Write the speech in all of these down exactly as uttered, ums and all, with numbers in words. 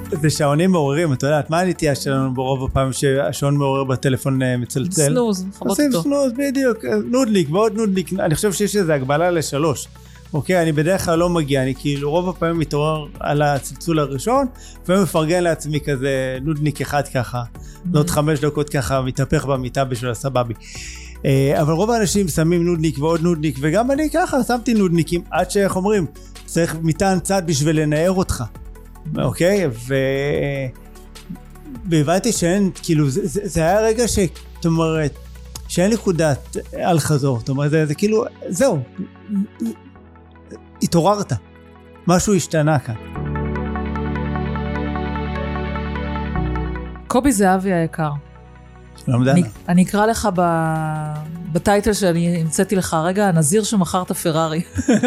זה שעונים מעוררים, את יודעת, מה הנטייה שלנו ברוב הפעם שהשעון מעורר בטלפון מצלצל? סנוז, חבות עושים אותו. סנוז, בדיוק, נודניק ועוד נודניק, אני חושב שיש איזו הגבלה לשלוש. אוקיי, אני בדרך כלל לא מגיע, אני כאילו רוב הפעמים מתעורר על הצלצול הראשון, ומפרגן לעצמי כזה נודניק אחד ככה, עוד חמש דקות ככה, מתהפך במיטה בשביל הסבבי. אבל רוב האנשים שמים נודניק ועוד נודניק, וגם אני ככה שמתי נודניקים, עד שאיך אומרים, צריך מטען צד בשביל לנער אותך. אוקיי, ו... והבנתי שאין, כאילו, זה, זה, זה היה רגע ש... זאת אומרת, שאין נקודת על חזור, זאת אומרת, זה, זה כאילו, זהו, התעוררת, משהו השתנה כאן. קובי זהבי היקר. שלום דנה. אני, אני אקרא לך ב... בטייטל שאני המצאתי לך, רגע, הנזיר שמכר את הפרארי.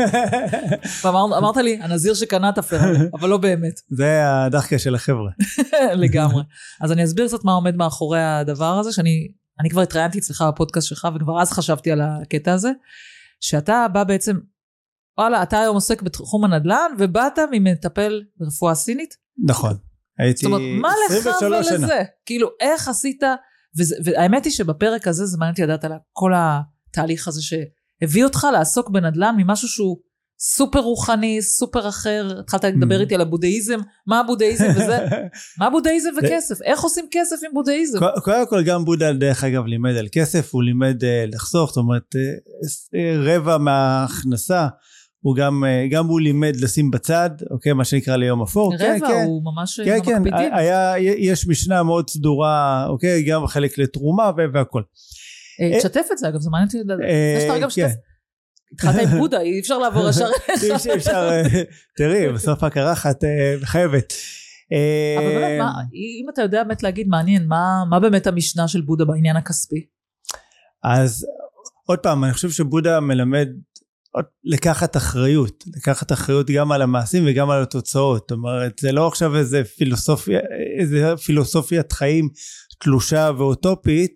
ואמר, אמרת לי, הנזיר שקנה את הפרארי, אבל לא באמת. זה הדחקה של החבר'ה. לגמרי. אז אני אסביר קצת מה עומד מאחורי הדבר הזה, שאני אני כבר התראיינתי אצלך בפודקאסט שלך, וכבר אז חשבתי על הקטע הזה, שאתה בא בעצם, וואלה, אתה היום עוסק בתחום הנדל"ן, ובאת ממטפל ברפואה סינית? נכון. הייתי זאת אומרת, מה לך ולזה? כאילו, איך עשית... וזה, והאמת היא שבפרק הזה זה מעניין אותי לדעת על כל התהליך הזה שהביא אותך לעסוק בנדל"ן ממשהו שהוא סופר רוחני, סופר אחר. התחלת לדבר איתי על הבודהיזם, מה הבודהיזם וזה, מה הבודהיזם וכסף, איך עושים כסף עם בודהיזם? קודם כל גם בודה דרך אגב לימד על כסף, הוא לימד לחסוך, זאת אומרת רבע מההכנסה, הוא גם, גם הוא לימד לשים בצד, אוקיי, מה שנקרא ליום אפור. רבע, כן, כן. הוא ממש כן, כן, מקפידים. היה, יש משנה מאוד סדורה, אוקיי, גם חלק לתרומה והכל. תשתף את זה, אגב, זה מעניין אותי לדעת. יש לך גם שתף. התחלת עם בודה, אי אפשר לעבור השאר אליך. אי אפשר, תראי, בסוף הקרחת חייבת. אבל באמת, אם אתה יודע באמת להגיד, מעניין, מה באמת המשנה של בודה בעניין הכספי? אז עוד פעם, אני חושב שבודה מלמד לקחת אחריות, לקחת אחריות גם על המעשים וגם על התוצאות. זאת אומרת, זה לא עכשיו איזה פילוסופיה, איזה פילוסופיית חיים תלושה ואוטופית,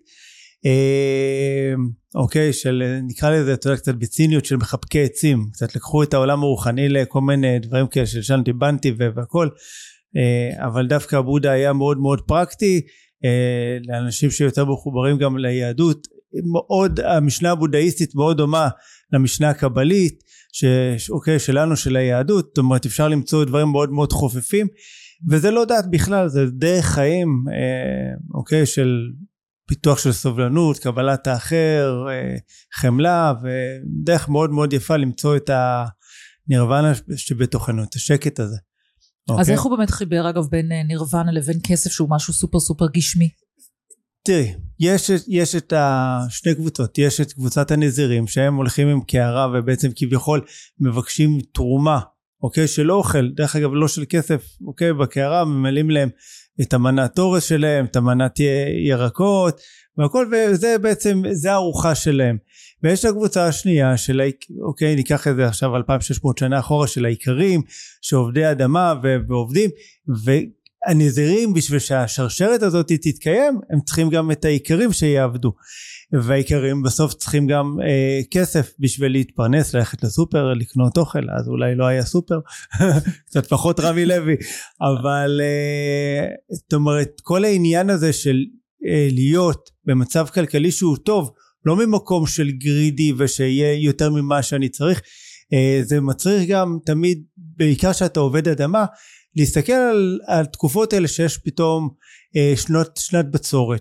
אה, אוקיי, של נקרא לזה, אתה יודע, קצת בציניות של מחבקי עצים, קצת לקחו את העולם הרוחני לכל מיני דברים כאלה של שנתי בנתי והכל, אה, אבל דווקא בודה היה מאוד מאוד פרקטי, אה, לאנשים שיותר מחוברים גם ליהדות, מאוד, המשנה הבודהיסטית מאוד דומה למשנה הקבלית, ש, אוקיי, שלנו, של היהדות, זאת אומרת, אפשר למצוא דברים מאוד מאוד חופפים, וזה לא דעת בכלל, זה דרך חיים, אה, אוקיי, של פיתוח של סובלנות, קבלת האחר, אה, חמלה, ודרך מאוד מאוד יפה למצוא את הנירוונה שבתוכנו, את השקט הזה. אז אוקיי? איך הוא באמת חיבר, אגב, בין נירוונה לבין כסף, שהוא משהו סופר סופר גשמי? תראי, יש, יש את השני קבוצות, יש את קבוצת הנזירים שהם הולכים עם קערה ובעצם כביכול מבקשים תרומה, אוקיי, של אוכל, דרך אגב לא של כסף, אוקיי, בקערה ממלאים להם את המנת תורס שלהם, את המנת ירקות והכל, וזה בעצם, זה הארוחה שלהם. ויש את הקבוצה השנייה של, אוקיי, ניקח את זה עכשיו אלפיים ושש מאות שנה אחורה, של העיקרים, שעובדי אדמה ועובדים, ו... הנזירים, בשביל שהשרשרת הזאת תתקיים, הם צריכים גם את העיקרים שיעבדו, והעיקרים בסוף צריכים גם אה, כסף בשביל להתפרנס, ללכת לסופר, לקנות אוכל, אז אולי לא היה סופר, קצת פחות רמי לוי, אבל אה, זאת אומרת, כל העניין הזה של אה, להיות במצב כלכלי שהוא טוב, לא ממקום של גרידי ושיהיה יותר ממה שאני צריך, אה, זה מצריך גם תמיד, בעיקר שאתה עובד אדמה, להסתכל על, על תקופות האלה שיש פתאום אה, שנות, שנת בצורת,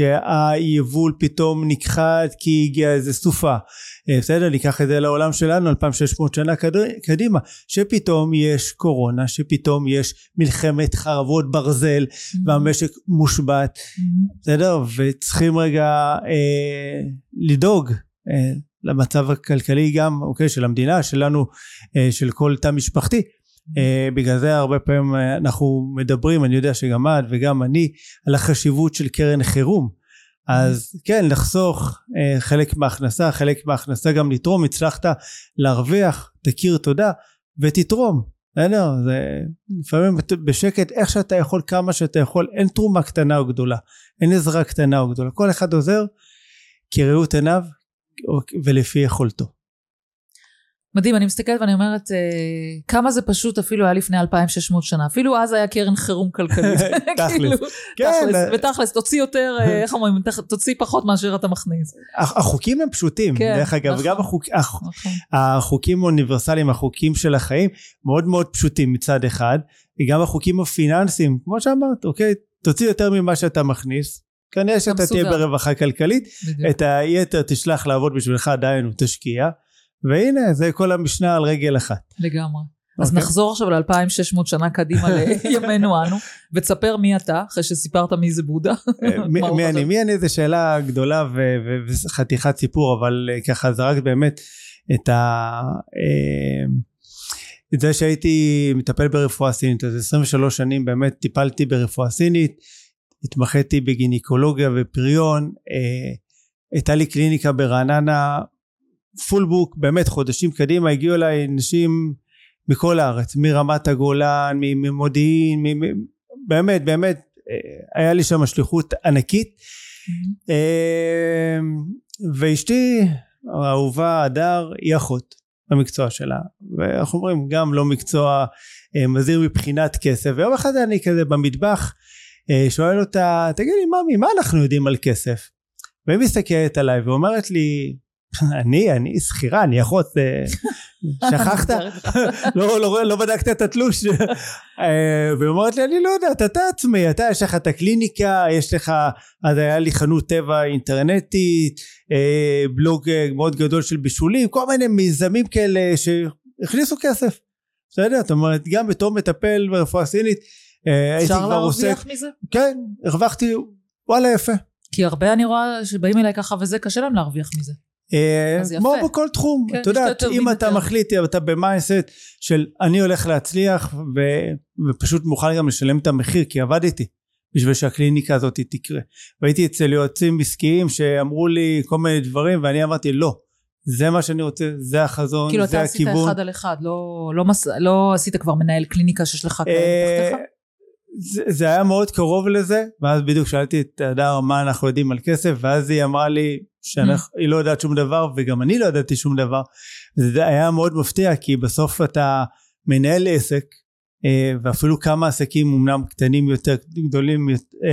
שהיבול פתאום נכחד כי הגיעה איזה סופה, אה, בסדר, ניקח את זה לעולם שלנו, אלפיים ושש מאות שנה קדימה, שפתאום יש קורונה, שפתאום יש מלחמת חרבות ברזל, mm-hmm. והמשק מושבת, mm-hmm. בסדר, וצריכים רגע אה, לדאוג, אה, למצב הכלכלי גם, אוקיי, של המדינה, שלנו, אה, של כל תא משפחתי, Uh, בגלל זה הרבה פעמים uh, אנחנו מדברים, אני יודע שגם את וגם אני, על החשיבות של קרן חירום. אז כן, לחסוך uh, חלק מההכנסה, חלק מההכנסה גם לתרום, הצלחת להרוויח, תכיר תודה ותתרום. בסדר? זה לפעמים בשקט, איך שאתה יכול, כמה שאתה יכול, אין תרומה קטנה או גדולה, אין עזרה קטנה או גדולה, כל אחד עוזר כראות עיניו ולפי יכולתו. מדהים, אני מסתכלת ואני אומרת, כמה זה פשוט אפילו היה לפני אלפיים ושש מאות שנה, אפילו אז היה קרן חירום כלכלית. תכלס. ותכלס, תוציא יותר, איך אומרים, תוציא פחות מאשר אתה מכניס. החוקים הם פשוטים, דרך אגב, וגם החוקים האוניברסליים, החוקים של החיים, מאוד מאוד פשוטים מצד אחד, וגם החוקים הפיננסיים, כמו שאמרת, אוקיי, תוציא יותר ממה שאתה מכניס, כנראה שאתה תהיה ברווחה כלכלית, את היתר תשלח לעבוד בשבילך עדיין ותשקיע, והנה זה כל המשנה על רגל אחת. לגמרי. אז נחזור עכשיו ל-אלפיים ושש מאות שנה קדימה לימינו אנו, ותספר מי אתה, אחרי שסיפרת מי זה בודה. מי אני? מי אני? זו שאלה גדולה וחתיכת סיפור, אבל ככה זה רק באמת את ה... את זה שהייתי מטפל ברפואה סינית, אז עשרים ושלוש שנים באמת טיפלתי ברפואה סינית, התמחיתי בגינקולוגיה ופריון, הייתה לי קליניקה ברעננה, פול בוק, באמת חודשים קדימה, הגיעו אליי נשים מכל הארץ, מרמת הגולן, ממודיעין, באמת, באמת, היה לי שם שליחות ענקית, ואשתי, האהובה הדר, היא אחות במקצוע שלה, ואנחנו אומרים, גם לא מקצוע מזהיר מבחינת כסף, ויום אחד אני כזה במטבח, שואל אותה, תגיד לי ממי, מה אנחנו יודעים על כסף? והיא מסתכלת עליי ואומרת לי, אני, אני שכירה, אני אחות, שכחת? לא, לא, לא בדקת את התלוש. והיא אומרת לי, אני לא יודעת, אתה עצמי, אתה יש לך את הקליניקה, יש לך, אז היה לי חנות טבע אינטרנטית, בלוג מאוד גדול של בישולים, כל מיני מיזמים כאלה שהכניסו כסף. בסדר, זאת אומרת, גם בתור מטפל ברפואה סינית, אפשר להרוויח מזה? כן, הרווחתי, וואלה יפה. כי הרבה אני רואה שבאים אליי ככה וזה קשה להם להרוויח מזה. כמו בכל תחום, אתה יודעת, אם אתה מחליט, אתה במיינסט של אני הולך להצליח ופשוט מוכן גם לשלם את המחיר, כי עבדתי בשביל שהקליניקה הזאת תקרה, והייתי אצל יועצים עסקיים שאמרו לי כל מיני דברים ואני אמרתי לא, זה מה שאני רוצה, זה החזון, כאילו זה הכיוון. כאילו אתה עשית אחד על אחד, לא, לא, מס... לא עשית כבר מנהל קליניקה שיש לך כאלה תחתיך? זה, זה היה מאוד קרוב לזה, ואז בדיוק שאלתי את הדר מה אנחנו יודעים על כסף, ואז היא אמרה לי שהיא לא יודעת שום דבר, וגם אני לא ידעתי שום דבר. זה היה מאוד מפתיע, כי בסוף אתה מנהל עסק, ואפילו כמה עסקים אמנם קטנים יותר, גדולים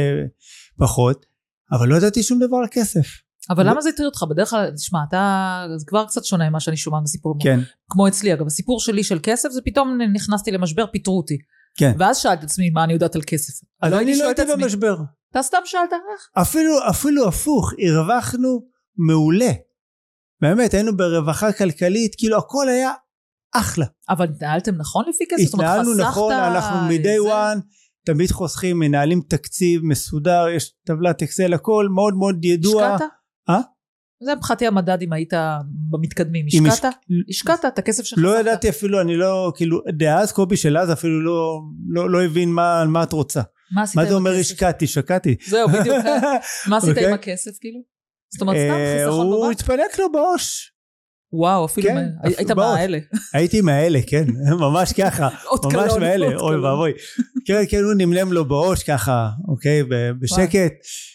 פחות, אבל לא ידעתי שום דבר על כסף. אבל למה זה הטריד אותך? בדרך כלל, תשמע, אתה, זה כבר קצת שונה ממה שאני שומעת בסיפור. כן. כמו אצלי, אגב, הסיפור שלי של כסף, זה פתאום נכנסתי למשבר, פיטרו אותי. כן. ואז שאלת עצמי, מה אני יודעת על כסף? אז אני לא הייתי במשבר. אתה סתם שאלת איך? אפילו, אפילו הפוך, הרווחנו מעולה. באמת, היינו ברווחה כלכלית, כאילו הכל היה אחלה. אבל התנהלתם נכון לפי כסף? התנהלנו נכון, אנחנו מ-day one, תמיד חוסכים, מנהלים תקציב מסודר, יש טבלת אקסל, הכל מאוד מאוד ידוע. השקעת? אה? זה מבחינתי המדד אם היית במתקדמים. השקעת? השקעת את הכסף שלך? לא ידעתי אפילו, אני לא, כאילו, דאז קובי של אז אפילו לא, לא, לא הבין מה, מה את רוצה. מה עשית עם הכסף? מה זה אומר השקעתי, שקעתי. זהו, בדיוק. מה עשית עם הכסף, כאילו? זאת אומרת, סתם חיסכון בבנק? הוא התפלק לו בעו"ש. וואו, אפילו, היית מהאלה. הייתי מהאלה, כן, ממש ככה. ממש מהאלה, אוי ואבוי. כן, כן, הוא נמלם לו בעו"ש ככה, אוקיי, בשקט.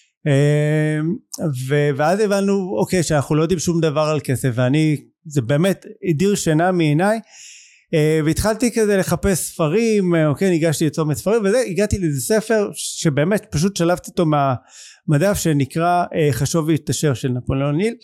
ואז הבנו, אוקיי, שאנחנו לא יודעים שום דבר על כסף, ואני, זה באמת הדיר שינה מעיניי, והתחלתי כזה לחפש ספרים, אוקיי, ניגשתי לצומת ספרים, וזה, הגעתי לאיזה ספר שבאמת פשוט שלפתי אותו מהמדף, שנקרא חשוב והתעשר של נפוליאון היל.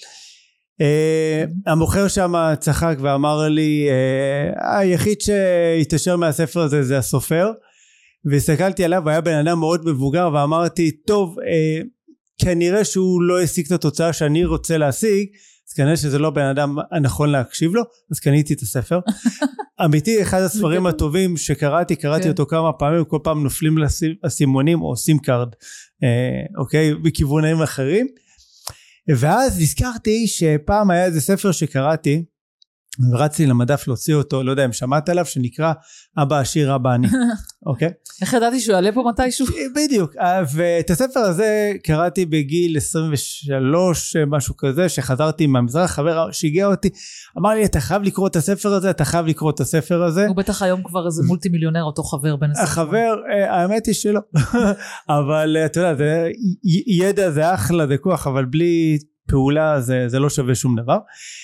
המוכר שם צחק ואמר לי, היחיד שהתעשר מהספר הזה זה הסופר, והסתכלתי עליו, היה בן אדם מאוד מבוגר, ואמרתי, טוב, כנראה שהוא לא השיג את התוצאה שאני רוצה להשיג, אז כנראה שזה לא בן אדם הנכון להקשיב לו, אז קניתי את הספר. אמיתי, אחד הספרים הטובים שקראתי, קראתי אותו כמה פעמים, כל פעם נופלים לסימונים או סים קארד, אוקיי, בכיוונים אחרים. ואז נזכרתי שפעם היה איזה ספר שקראתי, ורצתי למדף להוציא אותו, לא יודע אם שמעת עליו, שנקרא אבא עשיר אבא אני, אוקיי? איך ידעתי שהוא יעלה פה מתישהו? בדיוק, ואת הספר הזה קראתי בגיל עשרים ושלוש, משהו כזה, שחזרתי מהמזרח, חבר שהגיע אותי, אמר לי, אתה חייב לקרוא את הספר הזה, אתה חייב לקרוא את הספר הזה. הוא בטח היום כבר איזה מולטי מיליונר, אותו חבר בן הספר. החבר, האמת היא שלא, אבל אתה יודע, ידע זה אחלה, זה כוח, אבל בלי פעולה זה, זה לא שווה שום דבר.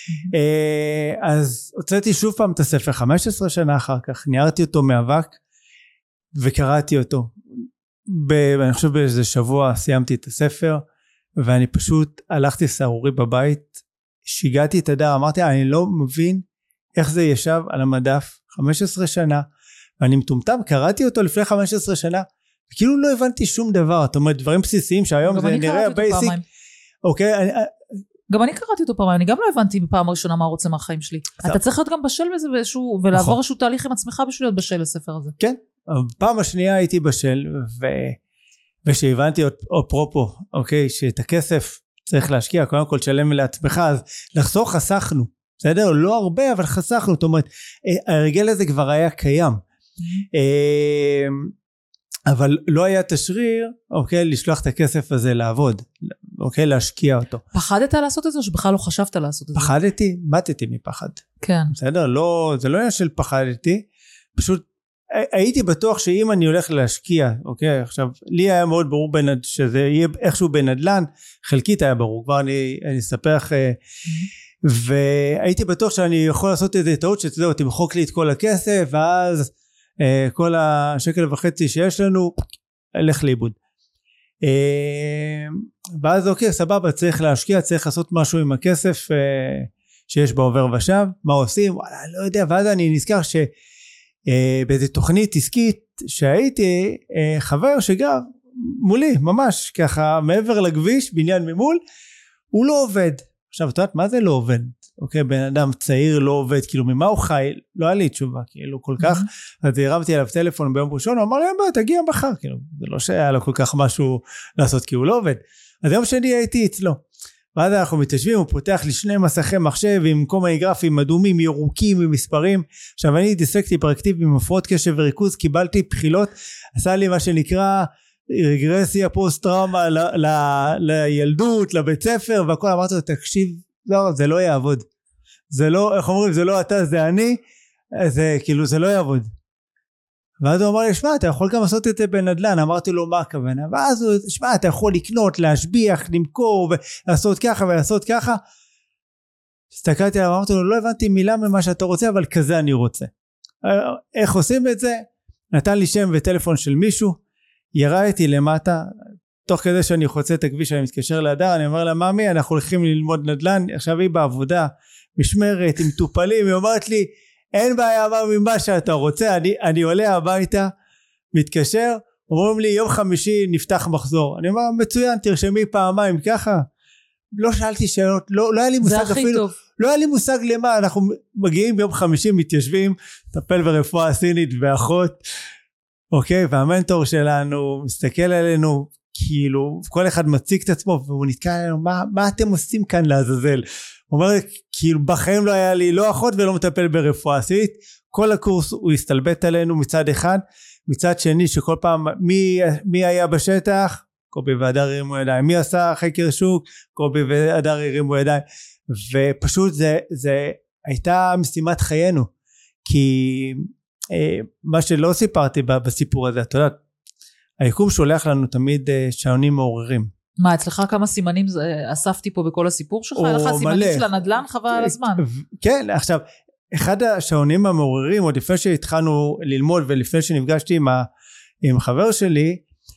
אז הוצאתי שוב פעם את הספר, חמש עשרה שנה אחר כך, ניערתי אותו מאבק, וקראתי אותו. ב- אני חושב באיזה שבוע סיימתי את הספר, ואני פשוט הלכתי סערורי בבית, שיגעתי את הדר, אמרתי, אני לא מבין איך זה ישב על המדף חמש עשרה שנה, ואני מטומטם, קראתי אותו לפני חמש עשרה שנה, וכאילו לא הבנתי שום דבר, זאת אומרת, דברים בסיסיים שהיום זה נראה בייסיק. אוקיי, אני... גם אני קראתי אותו פעם, אני גם לא הבנתי בפעם הראשונה מה רוצה מהחיים שלי. אתה צריך להיות גם בשל בזה באיזשהו, ולעבור איזשהו תהליך עם עצמך בשביל להיות בשל לספר הזה. כן, פעם השנייה הייתי בשל, ושהבנתי עוד פרופו, אוקיי, שאת הכסף צריך להשקיע, קודם כל תשלם לעצמך, אז לחסוך חסכנו, בסדר? לא הרבה, אבל חסכנו, זאת אומרת, הרגל הזה כבר היה קיים. אבל לא היה תשריר, אוקיי, לשלוח את הכסף הזה לעבוד, אוקיי, להשקיע אותו. פחדת לעשות את זה, או שבכלל לא חשבת לעשות את זה? פחדתי, מתתי מפחד. כן. בסדר? לא, זה לא היה של פחדתי, פשוט הייתי בטוח שאם אני הולך להשקיע, אוקיי, עכשיו, לי היה מאוד ברור בנד, שזה יהיה איכשהו בנדלן, חלקית היה ברור, כבר אני, אני אספר לך, והייתי בטוח שאני יכול לעשות איזה טעות, שתדעו, תמחוק לי את כל הכסף, ואז כל השקל וחצי שיש לנו, הלך לאיבוד. ואז אוקיי, סבבה, צריך להשקיע, צריך לעשות משהו עם הכסף שיש בעובר ושב, מה עושים? וואלה, לא יודע, ואז אני נזכר ש... באיזו תוכנית עסקית שהייתי, חבר שגר מולי, ממש ככה מעבר לכביש, בניין ממול, הוא לא עובד. עכשיו, אתה יודעת, מה זה לא עובד? אוקיי, בן אדם צעיר לא עובד, כאילו ממה הוא חי? לא היה לי תשובה, כאילו כל כך, אז הרמתי עליו טלפון ביום ראשון, הוא אמר לי, בוא, תגיע מחר, כאילו, זה לא שהיה לו כל כך משהו לעשות, כי הוא לא עובד. אז יום שני הייתי אצלו, ואז אנחנו מתיישבים, הוא פותח לי שני מסכי מחשב, עם כל מיני גרפים אדומים, ירוקים, עם מספרים. עכשיו, אני דיסלקטי היפראקטיבי, עם הפרעות קשב וריכוז, קיבלתי בחילות, עשה לי מה שנקרא, רגרסיה פוסט טראומה ל- ל- לילדות, לבית ספר, והכל אמרתי לו, תקשיב, לא, זה לא יעבוד. זה לא, איך אומרים, זה לא אתה, זה אני, זה כאילו, זה לא יעבוד. ואז הוא אמר לי, שמע, אתה יכול גם לעשות את זה בנדלן. אמרתי לו, מה הכוונה? ואז הוא, שמע, אתה יכול לקנות, להשביח, למכור, ולעשות ככה ולעשות ככה. הסתכלתי עליו, אמרתי לו, לא הבנתי מילה ממה שאתה רוצה, אבל כזה אני רוצה. איך עושים את זה? נתן לי שם וטלפון של מישהו, ירדתי למטה, תוך כדי שאני חוצה את הכביש, אני מתקשר להדר, אני אומר לה, ממי, אנחנו הולכים ללמוד נדל"ן, עכשיו היא בעבודה, משמרת, עם טופלים, היא אומרת לי, אין בעיה, אמר ממה שאתה רוצה, אני, אני עולה הביתה, מתקשר, אומרים לי, יום חמישי נפתח מחזור, אני אומר, מצוין, תרשמי פעמיים, ככה, לא שאלתי שאלות, לא, לא היה לי מושג אפילו, טוב. לא היה לי מושג למה, אנחנו מגיעים ביום חמישי, מתיישבים, טפל ברפואה סינית ואחות, אוקיי, והמנטור שלנו מסתכל עלינו, כאילו, כל אחד מציג את עצמו, והוא נתקע עלינו, מה, מה אתם עושים כאן לעזאזל? הוא אומר, כאילו, בחיים לא היה לי לא אחות ולא מטפל ברפואה סינית, כל הקורס הוא הסתלבט עלינו מצד אחד, מצד שני, שכל פעם, מי, מי היה בשטח? קובי והדר הרימו ידיים, מי עשה חקר שוק? קובי והדר הרימו ידיים, ופשוט זה, זה הייתה משימת חיינו, כי אה, מה שלא סיפרתי בסיפור הזה, אתה יודע, היקום שולח לנו תמיד אה, שעונים מעוררים. מה, אצלך כמה סימנים אספתי פה בכל הסיפור שלך? היה לך סימנים של הנדל"ן חבל על הזמן. כן, עכשיו, אחד השעונים המעוררים, עוד לפני שהתחלנו ללמוד ולפני שנפגשתי עם, ה, עם חבר שלי,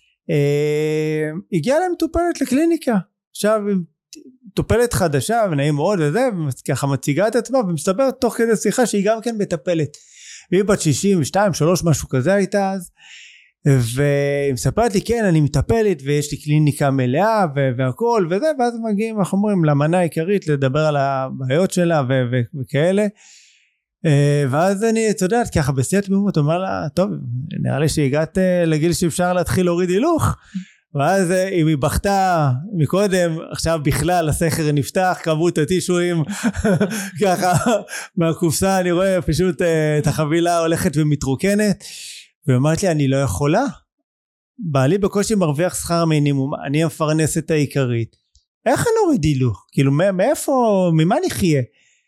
אה, הגיעה להם מטופלת לקליניקה. עכשיו, מטופלת חדשה ונעים מאוד וזה, וככה מציגה את עצמה ומסתברת תוך כדי שיחה שהיא גם כן מטפלת. והיא בת שישים ושתיים, שלוש, משהו כזה הייתה אז, והיא מספרת לי, כן, אני מטפלת ויש לי קליניקה מלאה והכל וזה, ואז מגיעים, אנחנו אומרים, למנה העיקרית לדבר על הבעיות שלה וכאלה, ואז אני, אתה יודעת, ככה בשיאת תמימות, אומר לה, טוב, נראה לי שהגעת לגיל שאפשר להתחיל להוריד הילוך, ואז אם היא בכתה מקודם, עכשיו בכלל הסכר נפתח, כמות הטישויים, ככה מהקופסה אני רואה פשוט את החבילה הולכת ומתרוקנת, ואומרת לי, אני לא יכולה, בעלי בקושי מרוויח שכר מינימום, אני המפרנסת העיקרית, איך אני אוריד הילוך? כאילו מאיפה, ממה נחיה?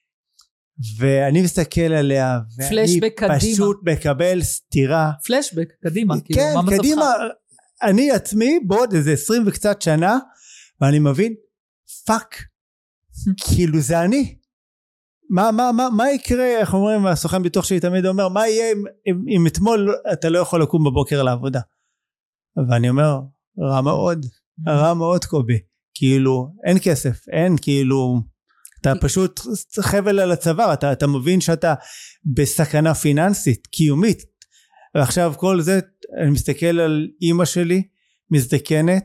ואני מסתכל עליה, ואני פשוט מקבל סתירה. פלשבק, קדימה. כן, קדימה, אני עצמי בעוד איזה עשרים וקצת שנה, ואני מבין, פאק, כאילו זה אני. מה, מה, מה, מה יקרה, איך אומרים, הסוכן ביטוח שלי תמיד אומר, מה יהיה אם, אם, אם אתמול אתה לא יכול לקום בבוקר לעבודה? ואני אומר, רע מאוד, רע מאוד קובי, כאילו, אין כסף, אין כאילו, אתה פשוט חבל על הצוואר, אתה, אתה מבין שאתה בסכנה פיננסית, קיומית, ועכשיו כל זה, אני מסתכל על אמא שלי, מזדקנת,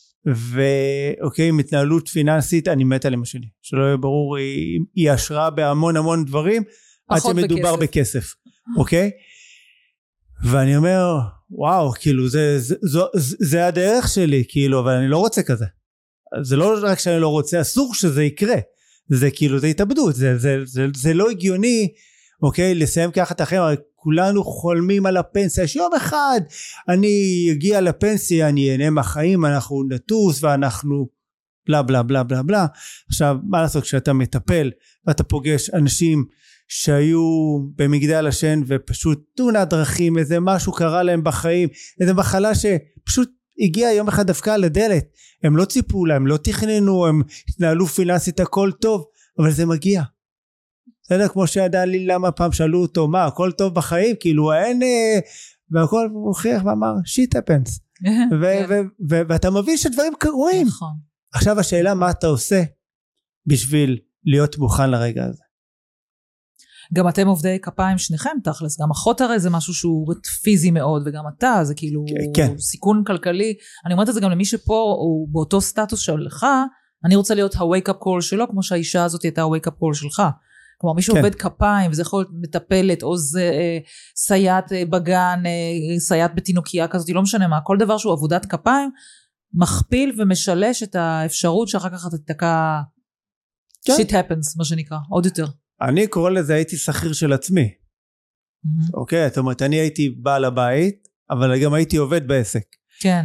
ואוקיי, עם התנהלות פיננסית, אני מת על אמא שלי, שלא יהיה ברור, היא, היא השראה בהמון המון דברים, עד שמדובר בכסף, בכסף אוקיי? ואני אומר, וואו, כאילו, זה, זה, זה, זה, זה הדרך שלי, כאילו, אבל אני לא רוצה כזה. זה לא רק שאני לא רוצה, אסור שזה יקרה. זה כאילו, זה התאבדות, זה, זה, זה, זה לא הגיוני, אוקיי, לסיים ככה את החיים, כולנו חולמים על הפנסיה, שיום אחד אני אגיע לפנסיה, אני אהנה מהחיים, אנחנו נטוס ואנחנו בלה בלה בלה בלה בלה. עכשיו, מה לעשות כשאתה מטפל ואתה פוגש אנשים שהיו במגדל השן ופשוט תאונת דרכים, איזה משהו קרה להם בחיים, איזה מחלה שפשוט הגיעה יום אחד דווקא לדלת, הם לא ציפו לה, הם לא תכננו, הם התנהלו פיננסית הכל טוב, אבל זה מגיע. בסדר, כמו שידע לי למה פעם שאלו אותו, מה, הכל טוב בחיים? כאילו אין, והכל מוכיח ואמר, shit happens. ואתה מבין שדברים קרויים. נכון. עכשיו השאלה, מה אתה עושה בשביל להיות מוכן לרגע הזה? גם אתם עובדי כפיים שניכם תכלס, גם אחות הרי זה משהו שהוא פיזי מאוד, וגם אתה, זה כאילו כן. סיכון כלכלי. אני אומרת את זה גם למי שפה, הוא באותו סטטוס שלך, אני רוצה להיות ה-wake up call שלו, כמו שהאישה הזאת הייתה ה-wake up call שלך. כלומר, מי שעובד כן. כפיים, וזה יכול להיות מטפלת, או זה, אה, סייעת אה, בגן, אה, סייעת בתינוקייה כזאת, לא משנה מה, כל דבר שהוא עבודת כפיים, מכפיל ומשלש את האפשרות שאחר כך אתה תתקע, כן. shit happens, מה שנקרא, עוד יותר. אני קורא לזה, הייתי שכיר של עצמי. Mm-hmm. אוקיי, זאת אומרת, אני הייתי בעל הבית, אבל גם הייתי עובד בעסק. כן.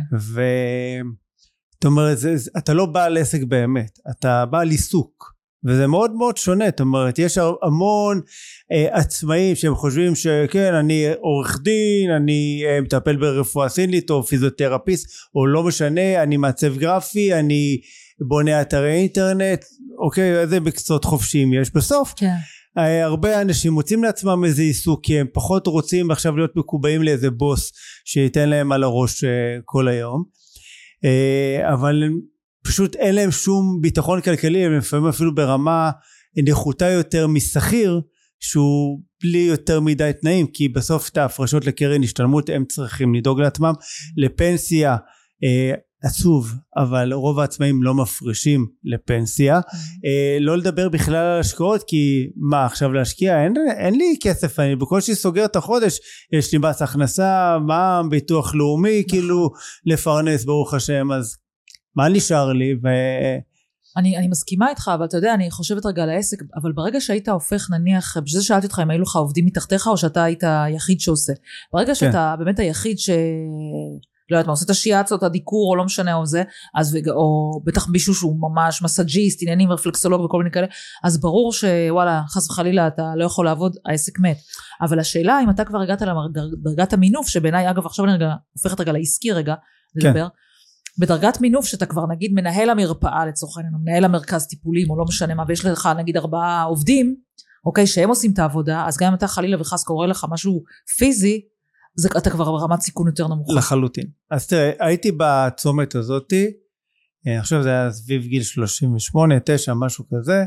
זאת אומרת, זה, אתה לא בעל עסק באמת, אתה בעל עיסוק. וזה מאוד מאוד שונה, זאת אומרת, יש המון אה, עצמאים שהם חושבים שכן, אני עורך דין, אני אה, מטפל ברפואה סינית או פיזיותרפיסט, או לא משנה, אני מעצב גרפי, אני בונה אתרי אינטרנט, אוקיי, איזה מקצועות חופשיים יש בסוף. כן. אה, הרבה אנשים מוצאים לעצמם איזה עיסוק, כי הם פחות רוצים עכשיו להיות מקובעים לאיזה בוס שייתן להם על הראש אה, כל היום. אה, אבל פשוט אין להם שום ביטחון כלכלי, הם לפעמים אפילו ברמה נחותה יותר משכיר, שהוא בלי יותר מדי תנאים, כי בסוף את ההפרשות לקרן השתלמות הם צריכים לדאוג לעצמם, לפנסיה אה, עצוב, אבל רוב העצמאים לא מפרישים לפנסיה, אה, לא לדבר בכלל על השקעות, כי מה עכשיו להשקיע, אין, אין לי כסף, אני בקושי סוגר את החודש, יש לי מס הכנסה, מע"מ, ביטוח לאומי, כאילו לפרנס ברוך השם, אז מה נשאר לי? ו... אני, אני מסכימה איתך, אבל אתה יודע, אני חושבת רגע על העסק, אבל ברגע שהיית הופך נניח, בשביל זה שאלתי אותך אם היו לך עובדים מתחתיך, או שאתה היית היחיד שעושה. ברגע כן. שאתה באמת היחיד ש... לא יודעת מה, עושה את השיאצות, הדיקור, או לא משנה או זה, אז, או בטח מישהו שהוא ממש מסאג'יסט, עניינים רפלקסולוג וכל מיני כאלה, אז ברור שוואלה, חס וחלילה, אתה לא יכול לעבוד, העסק מת. אבל השאלה, אם אתה כבר הגעת לדרגת המינוף, שבעיניי, אגב, עכשיו אני רגע, הופכת רגע לעסקי רגע, לדבר, כן. בדרגת מינוף שאתה כבר נגיד מנהל המרפאה לצורך העניין, מנהל המרכז טיפולים או לא משנה מה, ויש לך נגיד ארבעה עובדים, אוקיי, שהם עושים את העבודה, אז גם אם אתה חלילה וחס קורא לך משהו פיזי, זה, אתה כבר ברמת סיכון יותר נמוכה. לחלוטין. אז תראה, הייתי בצומת הזאתי, אני חושב זה היה סביב גיל שלושים ושמונה, תשע, משהו כזה,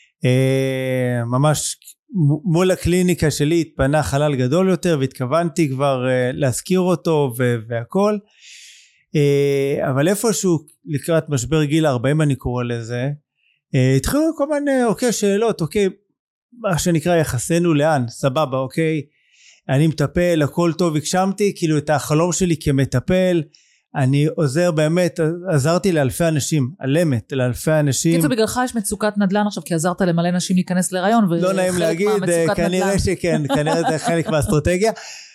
ממש מול הקליניקה שלי התפנה חלל גדול יותר, והתכוונתי כבר להזכיר אותו והכל, אבל איפשהו לקראת משבר גיל ארבעים אני קורא לזה, התחילו כל מיני אוקיי שאלות, אוקיי, מה שנקרא יחסנו לאן, סבבה, אוקיי, אני מטפל, הכל טוב, הגשמתי כאילו את החלום שלי כמטפל, אני עוזר באמת, עזרתי לאלפי אנשים, אלמת לאלפי אנשים. קיצור בגללך יש מצוקת נדל"ן עכשיו, כי עזרת למלא נשים להיכנס להיריון, לא נעים להגיד, כנראה שכן, כנראה זה חלק מהאסטרטגיה,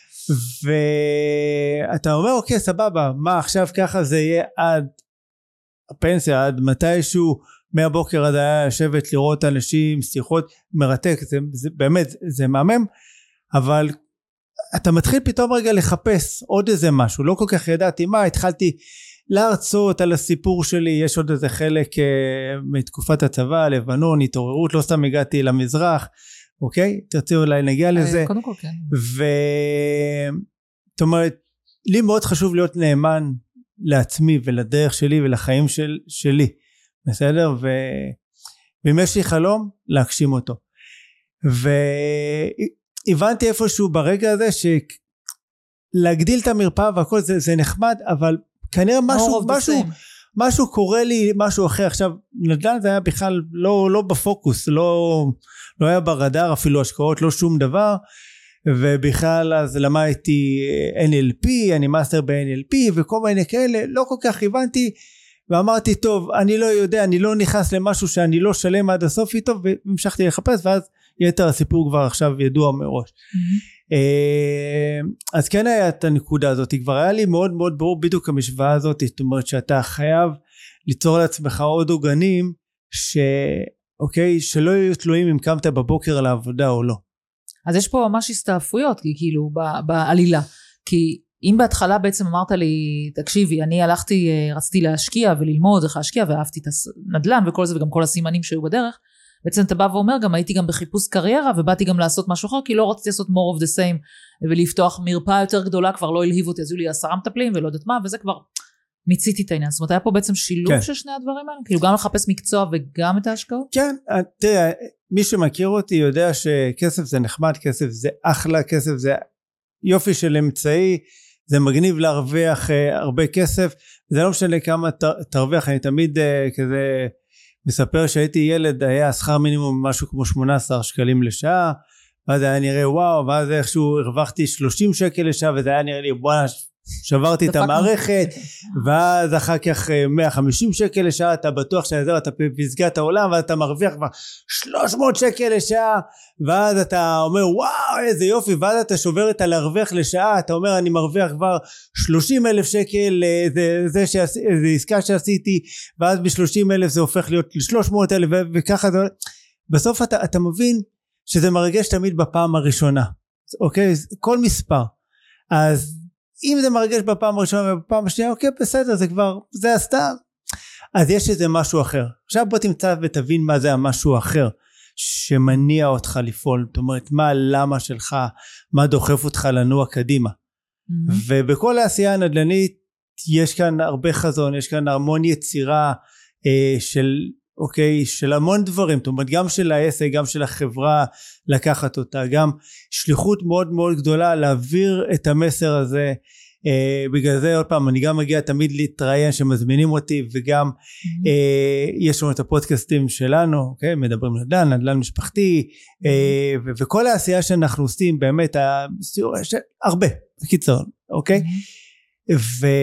ואתה אומר אוקיי סבבה, מה עכשיו ככה זה יהיה עד הפנסיה, עד מתישהו, מהבוקר עד היה לשבת לראות אנשים, שיחות, מרתק, זה, זה באמת, זה מהמם, אבל אתה מתחיל פתאום רגע לחפש עוד איזה משהו, לא כל כך ידעתי מה, התחלתי להרצות על הסיפור שלי, יש עוד איזה חלק uh, מתקופת הצבא, לבנון, התעוררות, לא סתם הגעתי למזרח, אוקיי? תרצו אולי נגיע לזה. קודם כל כן. זאת אומרת, לי מאוד חשוב להיות נאמן לעצמי ולדרך שלי ולחיים של, שלי, בסדר? ו... ואם יש לי חלום, להגשים אותו. והבנתי איפשהו ברגע הזה שלהגדיל את המרפאה והכל זה, זה נחמד, אבל כנראה משהו, משהו, משהו קורה לי, משהו אחר. עכשיו, נדל"ן זה היה בכלל לא, לא בפוקוס, לא, לא היה ברדאר אפילו השקעות, לא שום דבר. ובכלל אז למדתי אן אל פי, אני מאסטר ב-אן אל פי וכל מיני כאלה, לא כל כך הבנתי, ואמרתי טוב, אני לא יודע, אני לא נכנס למשהו שאני לא שלם עד הסוף איתו, והמשכתי לחפש, ואז יתר הסיפור כבר עכשיו ידוע מראש. אז כן היה את הנקודה הזאת, כבר היה לי מאוד מאוד ברור בדיוק המשוואה הזאת, זאת אומרת שאתה חייב ליצור לעצמך עוד עוגנים, אוקיי, שלא יהיו תלויים אם קמת בבוקר לעבודה או לא. אז יש פה ממש הסתעפויות, כאילו, בעלילה. כי אם בהתחלה בעצם אמרת לי, תקשיבי, אני הלכתי, רציתי להשקיע וללמוד איך להשקיע, ואהבתי את הנדל"ן וכל זה, וגם כל הסימנים שהיו בדרך, בעצם אתה בא ואומר, גם הייתי גם בחיפוש קריירה, ובאתי גם לעשות משהו אחר, כי לא רציתי לעשות more of the same, ולפתוח מרפאה יותר גדולה, כבר לא הלהיב אותי, אז היו לי עשרה מטפלים, ולא יודעת מה, וזה כבר מיציתי את העניין. זאת אומרת, היה פה בעצם שילוב כן. של שני הדברים האלה, כאילו גם לחפש מקצוע וגם את ההשקעות? כן, תראה, מי שמכיר אותי יודע שכסף זה נחמד, כסף זה אחלה, כסף זה יופי של אמצעי, זה מגניב להרוויח uh, הרבה כסף, זה לא משנה כמה תרוויח, אני תמיד uh, כזה מספר שהייתי ילד, היה שכר מינימום משהו כמו שמונה עשר שקלים לשעה, ואז היה נראה וואו, ואז איכשהו הרווחתי שלושים שקל לשעה, וזה היה נראה לי בואנה, שברתי את המערכת, ואז אחר כך מאה וחמישים שקל לשעה, אתה בטוח שזה אתה פסגת העולם, ואז אתה מרוויח כבר שלוש מאות שקל לשעה, ואז אתה אומר וואו איזה יופי, ואז אתה שובר את הלהרוויח לשעה, אתה אומר אני מרוויח כבר שלושים אלף שקל, זה, זה, שעש, זה עסקה שעשיתי, ואז ב-שלושים אלף זה הופך להיות ל-שלוש מאות אלף, וככה זה, בסוף אתה, אתה מבין שזה מרגש תמיד בפעם הראשונה, אוקיי? כל מספר, אז אם זה מרגש בפעם הראשונה ובפעם השנייה, אוקיי, בסדר, זה כבר, זה הסתם. אז יש איזה משהו אחר. עכשיו בוא תמצא ותבין מה זה המשהו אחר, שמניע אותך לפעול. זאת אומרת, מה הלמה שלך, מה דוחף אותך לנוע קדימה. Mm-hmm. ובכל העשייה הנדל"נית, יש כאן הרבה חזון, יש כאן המון יצירה אה, של, אוקיי, של המון דברים. זאת אומרת, גם של העסק, גם של החברה, לקחת אותה, גם שליחות מאוד מאוד גדולה להעביר את המסר הזה. Uh, בגלל זה עוד פעם אני גם מגיע תמיד להתראיין שמזמינים אותי, וגם mm-hmm. uh, יש לנו את הפודקאסטים שלנו, okay? מדברים נדל"ן, נדל"ן משפחתי, mm-hmm. uh, ו- וכל העשייה שאנחנו עושים באמת הסיור, הרבה בקיצור, אוקיי? mm-hmm.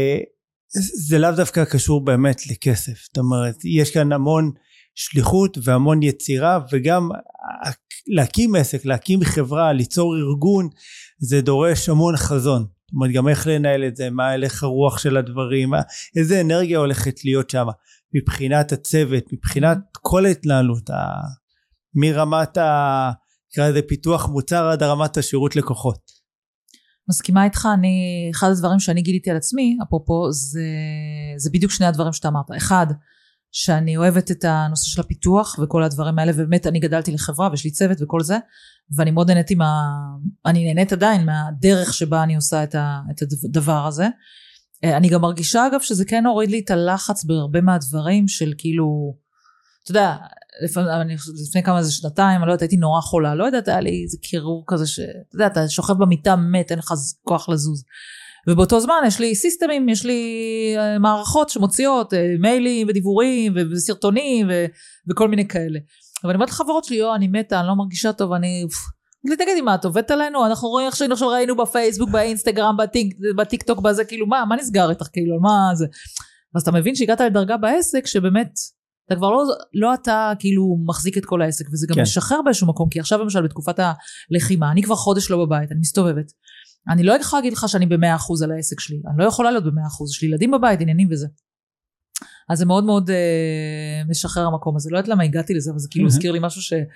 וזה לאו דווקא קשור באמת לכסף, זאת אומרת יש כאן המון שליחות והמון יצירה, וגם להקים עסק, להקים חברה, ליצור ארגון, זה דורש המון חזון. זאת אומרת, גם איך לנהל את זה, מה הלך הרוח של הדברים, מה, איזה אנרגיה הולכת להיות שם, מבחינת הצוות, מבחינת כל ההתנהלות, ה, מרמת ה, נקרא לזה פיתוח מוצר, עד רמת השירות לקוחות. מסכימה איתך, אני, אחד הדברים שאני גיליתי על עצמי, אפרופו, זה, זה בדיוק שני הדברים שאתה אמרת. אחד, שאני אוהבת את הנושא של הפיתוח וכל הדברים האלה, ובאמת אני גדלתי לחברה ויש לי צוות וכל זה, ואני מאוד נהנית מה, אני נהנית עדיין מהדרך שבה אני עושה את, ה, את הדבר הזה. אני גם מרגישה אגב שזה כן הוריד לי את הלחץ בהרבה מהדברים של כאילו, אתה יודע, לפני, לפני כמה זה שנתיים, אני לא יודעת, הייתי נורא חולה, לא יודעת, היה לי איזה קירור כזה ש, אתה יודע, אתה שוכב במיטה מת, אין לך כוח לזוז. ובאותו זמן יש לי סיסטמים, יש לי מערכות שמוציאות מיילים ודיבורים וסרטונים ו- וכל מיני כאלה. אבל אני אומרת לחברות שלי, יו, אני מתה, אני לא מרגישה טוב, אני... תגידי מה, את עובדת עלינו? אנחנו רואים איך שהיינו עכשיו ראינו בפייסבוק, באינסטגרם, בטיק, בטיק טוק, בזה, כאילו, מה, מה נסגר איתך, כאילו, מה זה? אז אתה מבין שהגעת לדרגה בעסק, שבאמת, אתה כבר לא, לא אתה, כאילו, מחזיק את כל העסק, וזה גם כן. משחרר באיזשהו מקום, כי עכשיו, למשל, בתקופת הלחימה, אני כבר חודש לא בבית, אני מסתובבת. אני לא יכולה להגיד לך שאני ב-מאה אחוז על העסק שלי, אני לא יכולה להיות ב-מאה אחוז, יש לי ילדים בבית, עניינים וזה. אז זה מאוד מאוד אה, משחרר המקום הזה, לא יודעת למה הגעתי לזה, אבל זה כאילו הזכיר לי משהו ש...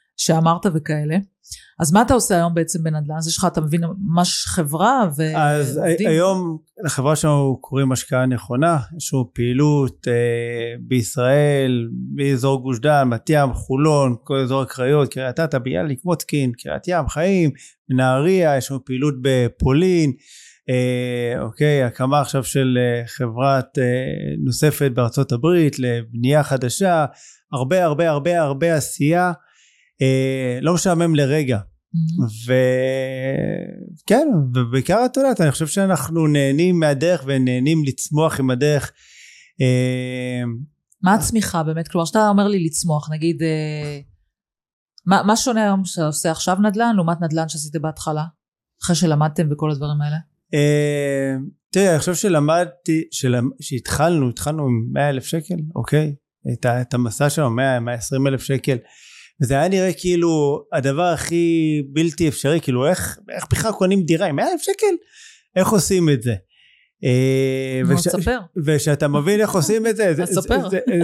שאמרת וכאלה. אז מה אתה עושה היום בעצם בנדל"ן? אז יש לך, אתה מבין, ממש חברה ועובדים? אז היום לחברה שלנו קוראים השקעה נכונה, יש לנו פעילות אה, בישראל, באזור גוש דן, בת ים, חולון, כל אזור הקריות, קריית אתא, ביאליק, מוצקין, קריית ים, חיים, נהריה, יש לנו פעילות בפולין, אה, אוקיי, הקמה עכשיו של אה, חברת אה, נוספת בארצות הברית, לבנייה חדשה, הרבה הרבה הרבה הרבה עשייה, אה, לא משעמם לרגע. וכן, ובעיקר את יודעת, אני חושב שאנחנו נהנים מהדרך ונהנים לצמוח עם הדרך. מה הצמיחה באמת? כלומר, שאתה אומר לי לצמוח, נגיד, מה, מה שונה היום שאתה עושה עכשיו נדל"ן, לעומת נדל"ן שעשית בהתחלה? אחרי שלמדתם וכל הדברים האלה? תראה, אני חושב שלמדתי, שהתחלנו, התחלנו עם מאה אלף שקל, אוקיי? את המסע שלנו, מאה, מאה ועשרים אלף שקל. וזה היה נראה כאילו הדבר הכי בלתי אפשרי, כאילו איך, איך בכלל קונים דירה עם מאה אלף שקל? איך עושים את זה? נו, תספר. ושאתה מבין איך עושים את זה, תספר.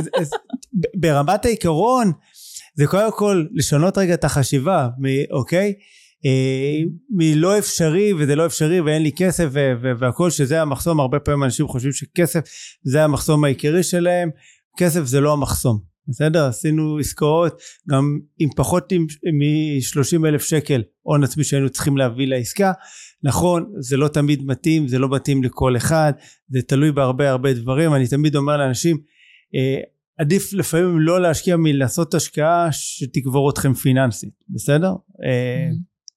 ברמת העיקרון, זה קודם כל לשנות רגע את החשיבה, אוקיי? מלא אפשרי, וזה לא אפשרי, ואין לי כסף, והכל שזה המחסום. הרבה פעמים אנשים חושבים שכסף זה המחסום העיקרי שלהם, כסף זה לא המחסום. בסדר, עשינו עסקאות גם עם פחות מ-שלושים אלף שקל הון עצמי שהיינו צריכים להביא לעסקה. נכון, זה לא תמיד מתאים, זה לא מתאים לכל אחד, זה תלוי בהרבה הרבה דברים. אני תמיד אומר לאנשים, אה, עדיף לפעמים לא להשקיע מלעשות השקעה שתגבור אתכם פיננסית, בסדר? אה,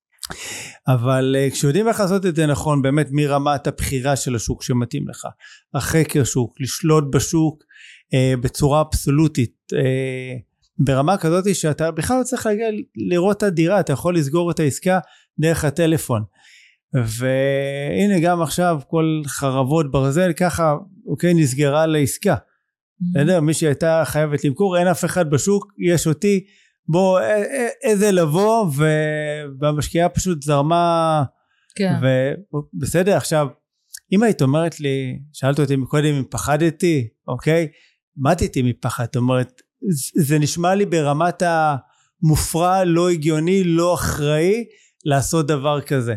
אבל אה, כשיודעים איך לעשות את זה נכון, באמת מרמת הבחירה של השוק שמתאים לך, החקר שוק, לשלוט בשוק, בצורה אבסולוטית, ברמה כזאת שאתה בכלל לא צריך להגיע לראות את הדירה, אתה יכול לסגור את העסקה דרך הטלפון. והנה גם עכשיו כל חרבות ברזל ככה, אוקיי, נסגרה לעסקה. אתה יודע, מי שהייתה חייבת למכור, אין אף אחד בשוק, יש אותי, בוא איזה לבוא, והמשקיעה פשוט זרמה, ובסדר. עכשיו אם היית אומרת לי, שאלת אותי מקודם אם פחדתי, אוקיי, מתתי מפחד, זאת אומרת, זה נשמע לי ברמת המופרע, לא הגיוני, לא אחראי, לעשות דבר כזה.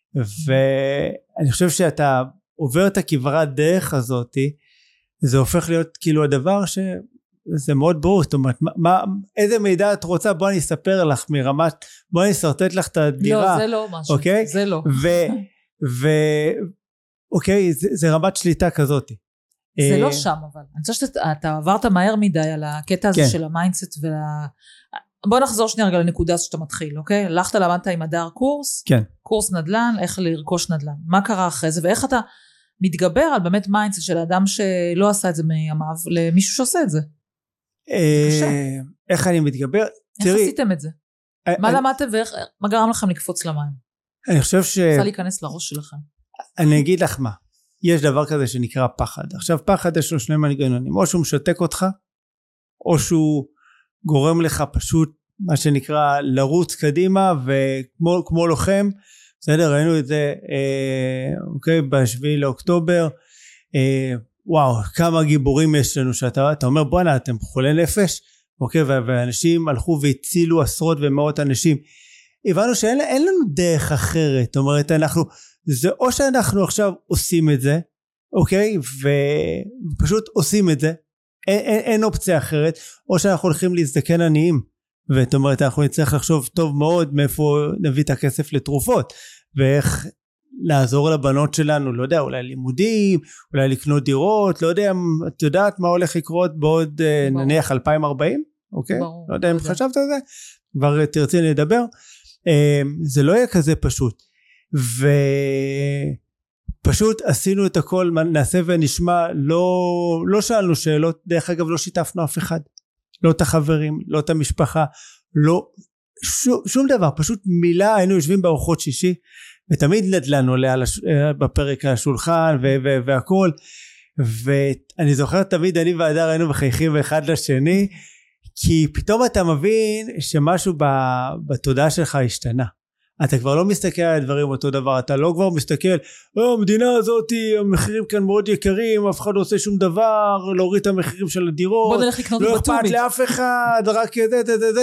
ואני חושב שאתה עובר את הכברת דרך הזאת, זה הופך להיות כאילו הדבר שזה מאוד ברור, זאת אומרת, מה, איזה מידע את רוצה, בוא אני אספר לך מרמת, בוא אני אסרטט לך את הדירה. לא, זה לא משהו, אוקיי? זה לא. ו... ו... אוקיי, זה, זה רמת שליטה כזאת. זה לא שם, אבל אני חושבת שאתה עברת מהר מדי על הקטע הזה של המיינדסט וה... בוא נחזור שנייה רגע לנקודה שאתה מתחיל, אוקיי? הלכת למדת עם הדר קורס, כן. קורס נדל"ן, איך לרכוש נדל"ן. מה קרה אחרי זה, ואיך אתה מתגבר על באמת מיינדסט של האדם שלא עשה את זה מימיו, למישהו שעושה את זה? איך אני מתגבר? איך עשיתם את זה? מה למדתם ומה גרם לכם לקפוץ למים? אני חושב ש... רוצה להיכנס לראש שלכם. אני אגיד לך מה, יש דבר כזה שנקרא פחד. עכשיו פחד יש לו שני מנגנונים, או שהוא משתק אותך, או שהוא גורם לך פשוט מה שנקרא לרוץ קדימה, וכמו כמו לוחם, בסדר, ראינו את זה, אה, אוקיי, בשביעי לאוקטובר, אה, וואו, כמה גיבורים יש לנו, שאתה אתה אומר, בוא'נה, אתם חולי נפש, אוקיי, ואנשים הלכו והצילו עשרות ומאות אנשים, הבנו שאין אין לנו דרך אחרת, זאת אומרת, אנחנו, זה או שאנחנו עכשיו עושים את זה, אוקיי, ופשוט עושים את זה, אין, אין, אין אופציה אחרת, או שאנחנו הולכים להזדקן עניים, ואת אומרת, אנחנו נצטרך לחשוב טוב מאוד, מאיפה נביא את הכסף לתרופות, ואיך לעזור לבנות שלנו, לא יודע, אולי לימודים, אולי לקנות דירות, לא יודע, את יודעת מה הולך לקרות בעוד ברור. נניח אלפיים וארבעים, אוקיי? ברור. לא יודע אם חשבת על זה, כבר תרצי לדבר, זה לא יהיה כזה פשוט, ופשוט עשינו את הכל, נעשה ונשמע, לא, לא שאלנו שאלות, דרך אגב לא שיתפנו אף אחד, לא את החברים, לא את המשפחה, לא, שום, שום דבר, פשוט מילה, היינו יושבים בארוחות שישי, ותמיד נדל"ן עולה הש... בפרק השולחן ו- ו- והכל, ואני זוכר תמיד אני והדר היינו מחייכים אחד לשני, כי פתאום אתה מבין שמשהו בתודעה שלך השתנה, אתה כבר לא מסתכל על הדברים אותו דבר, אתה לא כבר מסתכל, oh, המדינה הזאת, המחירים כאן מאוד יקרים, אף אחד לא עושה שום דבר, להוריד את המחירים של הדירות, בוא נלך לקנות לא אכפת לאף אחד, רק זה, זה, זה, זה.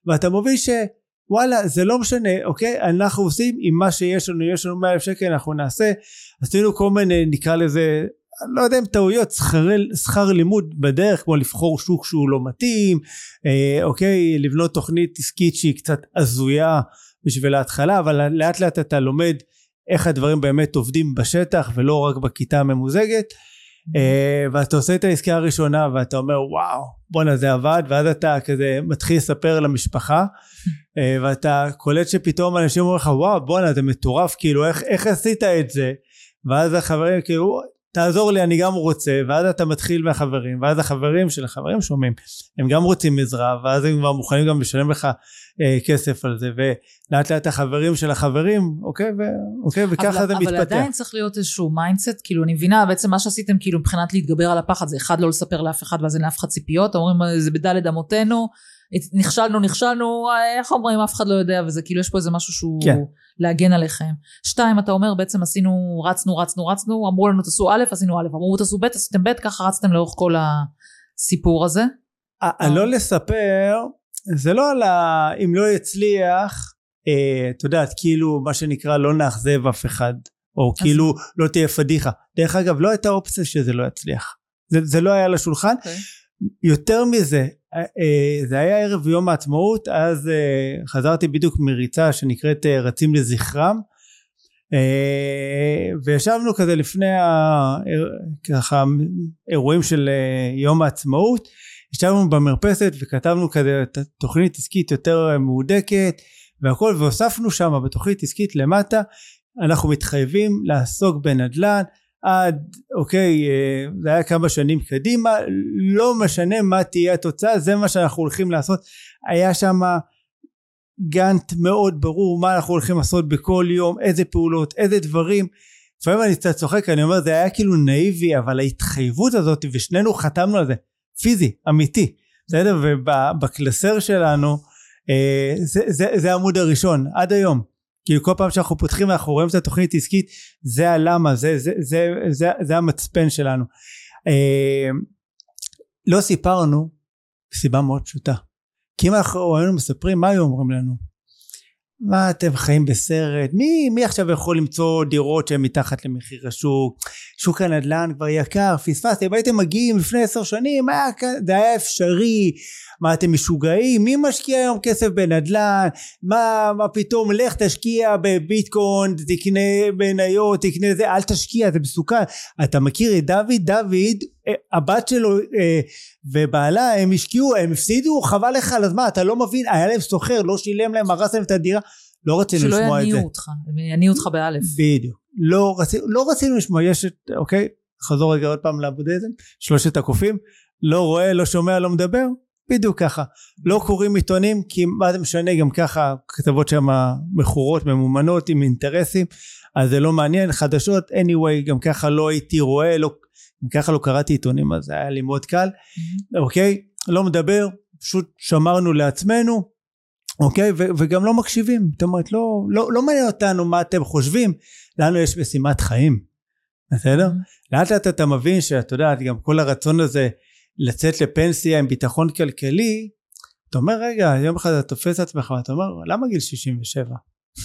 ואתה מבין שוואלה זה לא משנה, אוקיי, אנחנו עושים עם מה שיש לנו, יש לנו מאה אלף שקל אנחנו נעשה, עשינו כל מיני נקרא לזה לא יודע אם טעויות, שכר, שכר לימוד בדרך, כמו לבחור שוק שהוא לא מתאים, אה, אוקיי, לבנות תוכנית עסקית שהיא קצת הזויה בשביל ההתחלה, אבל לאט לאט אתה לומד איך הדברים באמת עובדים בשטח, ולא רק בכיתה הממוזגת, אה, ואתה עושה את העסקה הראשונה, ואתה אומר וואו, בוא'נה זה עבד, ואז אתה כזה מתחיל לספר למשפחה, אה, ואתה קולט שפתאום אנשים אומרים לך, וואו בוא'נה זה מטורף, כאילו איך, איך עשית את זה, ואז החברים כאילו, תעזור לי אני גם רוצה, ואז אתה מתחיל מהחברים, ואז החברים של החברים שומעים, הם גם רוצים עזרה, ואז הם כבר מוכנים גם לשלם לך אה, כסף על זה, ולאט לאט החברים של החברים, אוקיי, ו, אוקיי וככה אבל, זה אבל מתפתח. אבל עדיין צריך להיות איזשהו מיינדסט, כאילו אני מבינה בעצם מה שעשיתם, כאילו מבחינת להתגבר על הפחד, זה אחד לא לספר לאף אחד, ואז אין לאף אחד ציפיות, אומרים זה בדלת אמותינו, נכשלנו נכשלנו, איך אומרים אף אחד לא יודע, וזה כאילו יש פה איזה משהו שהוא כן. להגן עליכם. שתיים אתה אומר בעצם עשינו רצנו רצנו רצנו, אמרו לנו תעשו א', עשינו א', אמרו תעשו ב', עשיתם ב', ככה רצתם לאורך כל הסיפור הזה. לא לספר זה לא על ה... אם לא יצליח אתה יודעת כאילו מה שנקרא לא נאכזב אף אחד, או כאילו לא תהיה פדיחה. דרך אגב לא הייתה אופציה שזה לא יצליח, זה לא היה לשולחן. יותר מזה, זה היה ערב יום העצמאות, אז חזרתי בדיוק מריצה שנקראת רצים לזכרם, וישבנו כזה לפני ככה אירועים של יום העצמאות, ישבנו במרפסת וכתבנו כזה תוכנית עסקית יותר מהודקת והכל, והוספנו שם בתוכנית עסקית למטה, אנחנו מתחייבים לעסוק בנדל"ן עד, אוקיי, זה היה כמה שנים קדימה, לא משנה מה תהיה התוצאה, זה מה שאנחנו הולכים לעשות. היה שם גאנט מאוד ברור מה אנחנו הולכים לעשות בכל יום, איזה פעולות, איזה דברים. לפעמים אני קצת צוחק, אני אומר זה היה כאילו נאיבי, אבל ההתחייבות הזאת ושנינו חתמנו על זה, פיזי, אמיתי, בסדר? ובקלסר שלנו זה, זה, זה העמוד הראשון עד היום, כאילו כל פעם שאנחנו פותחים אנחנו רואים את התוכנית עסקית, זה הלמה, זה, זה, זה, זה, זה המצפן שלנו. אה, לא סיפרנו, סיבה מאוד פשוטה, כי אם אנחנו היינו מספרים, מה היו אומרים לנו? מה אתם חיים בסרט? מי, מי עכשיו יכול למצוא דירות שהן מתחת למחיר השוק? שוק הנדל"ן כבר יקר, פספסתם, הייתם מגיעים לפני עשר שנים, היה, זה היה אפשרי, מה אתם משוגעים? מי משקיע היום כסף בנדל"ן? מה, מה פתאום לך תשקיע בביטקוין, תקנה בניות, תקנה זה, אל תשקיע, זה מסוכן. אתה מכיר את דוד? דוד, הבת שלו ובעלה, הם השקיעו, הם הפסידו, חבל לך על הזמן, אתה לא מבין, היה להם סוחר, לא שילם להם, הרס להם את הדירה, לא רצינו לשמוע את זה. שלא יניעו אותך, הם יניעו אותך באלף. בדיוק, לא רצינו, לא רצינו לשמוע, יש את, אוקיי, חזור רגע עוד פעם לבודהיזם, שלושת הקופים, לא רואה, לא שומע, לא מדבר, בדיוק ככה, לא קוראים עיתונים, כי מה זה משנה, גם ככה כתבות שם מכורות, ממומנות עם אינטרסים, אז זה לא מעניין, חדשות, anyway, גם ככה לא הייתי רואה, לא, גם ככה לא קראתי עיתונים, אז היה לי מאוד קל, mm-hmm. אוקיי, לא מדבר, פשוט שמרנו לעצמנו, אוקיי, ו- וגם לא מקשיבים, זאת אומרת, לא, לא, לא מעניין אותנו מה אתם חושבים, לנו יש משימת חיים, בסדר? Mm-hmm. לאט לאט אתה מבין שאתה יודע, גם כל הרצון הזה, לצאת לפנסיה עם ביטחון כלכלי, אתה אומר רגע, יום אחד אתה תופס את עצמך, ואתה אומר, למה גיל שישים ושבע?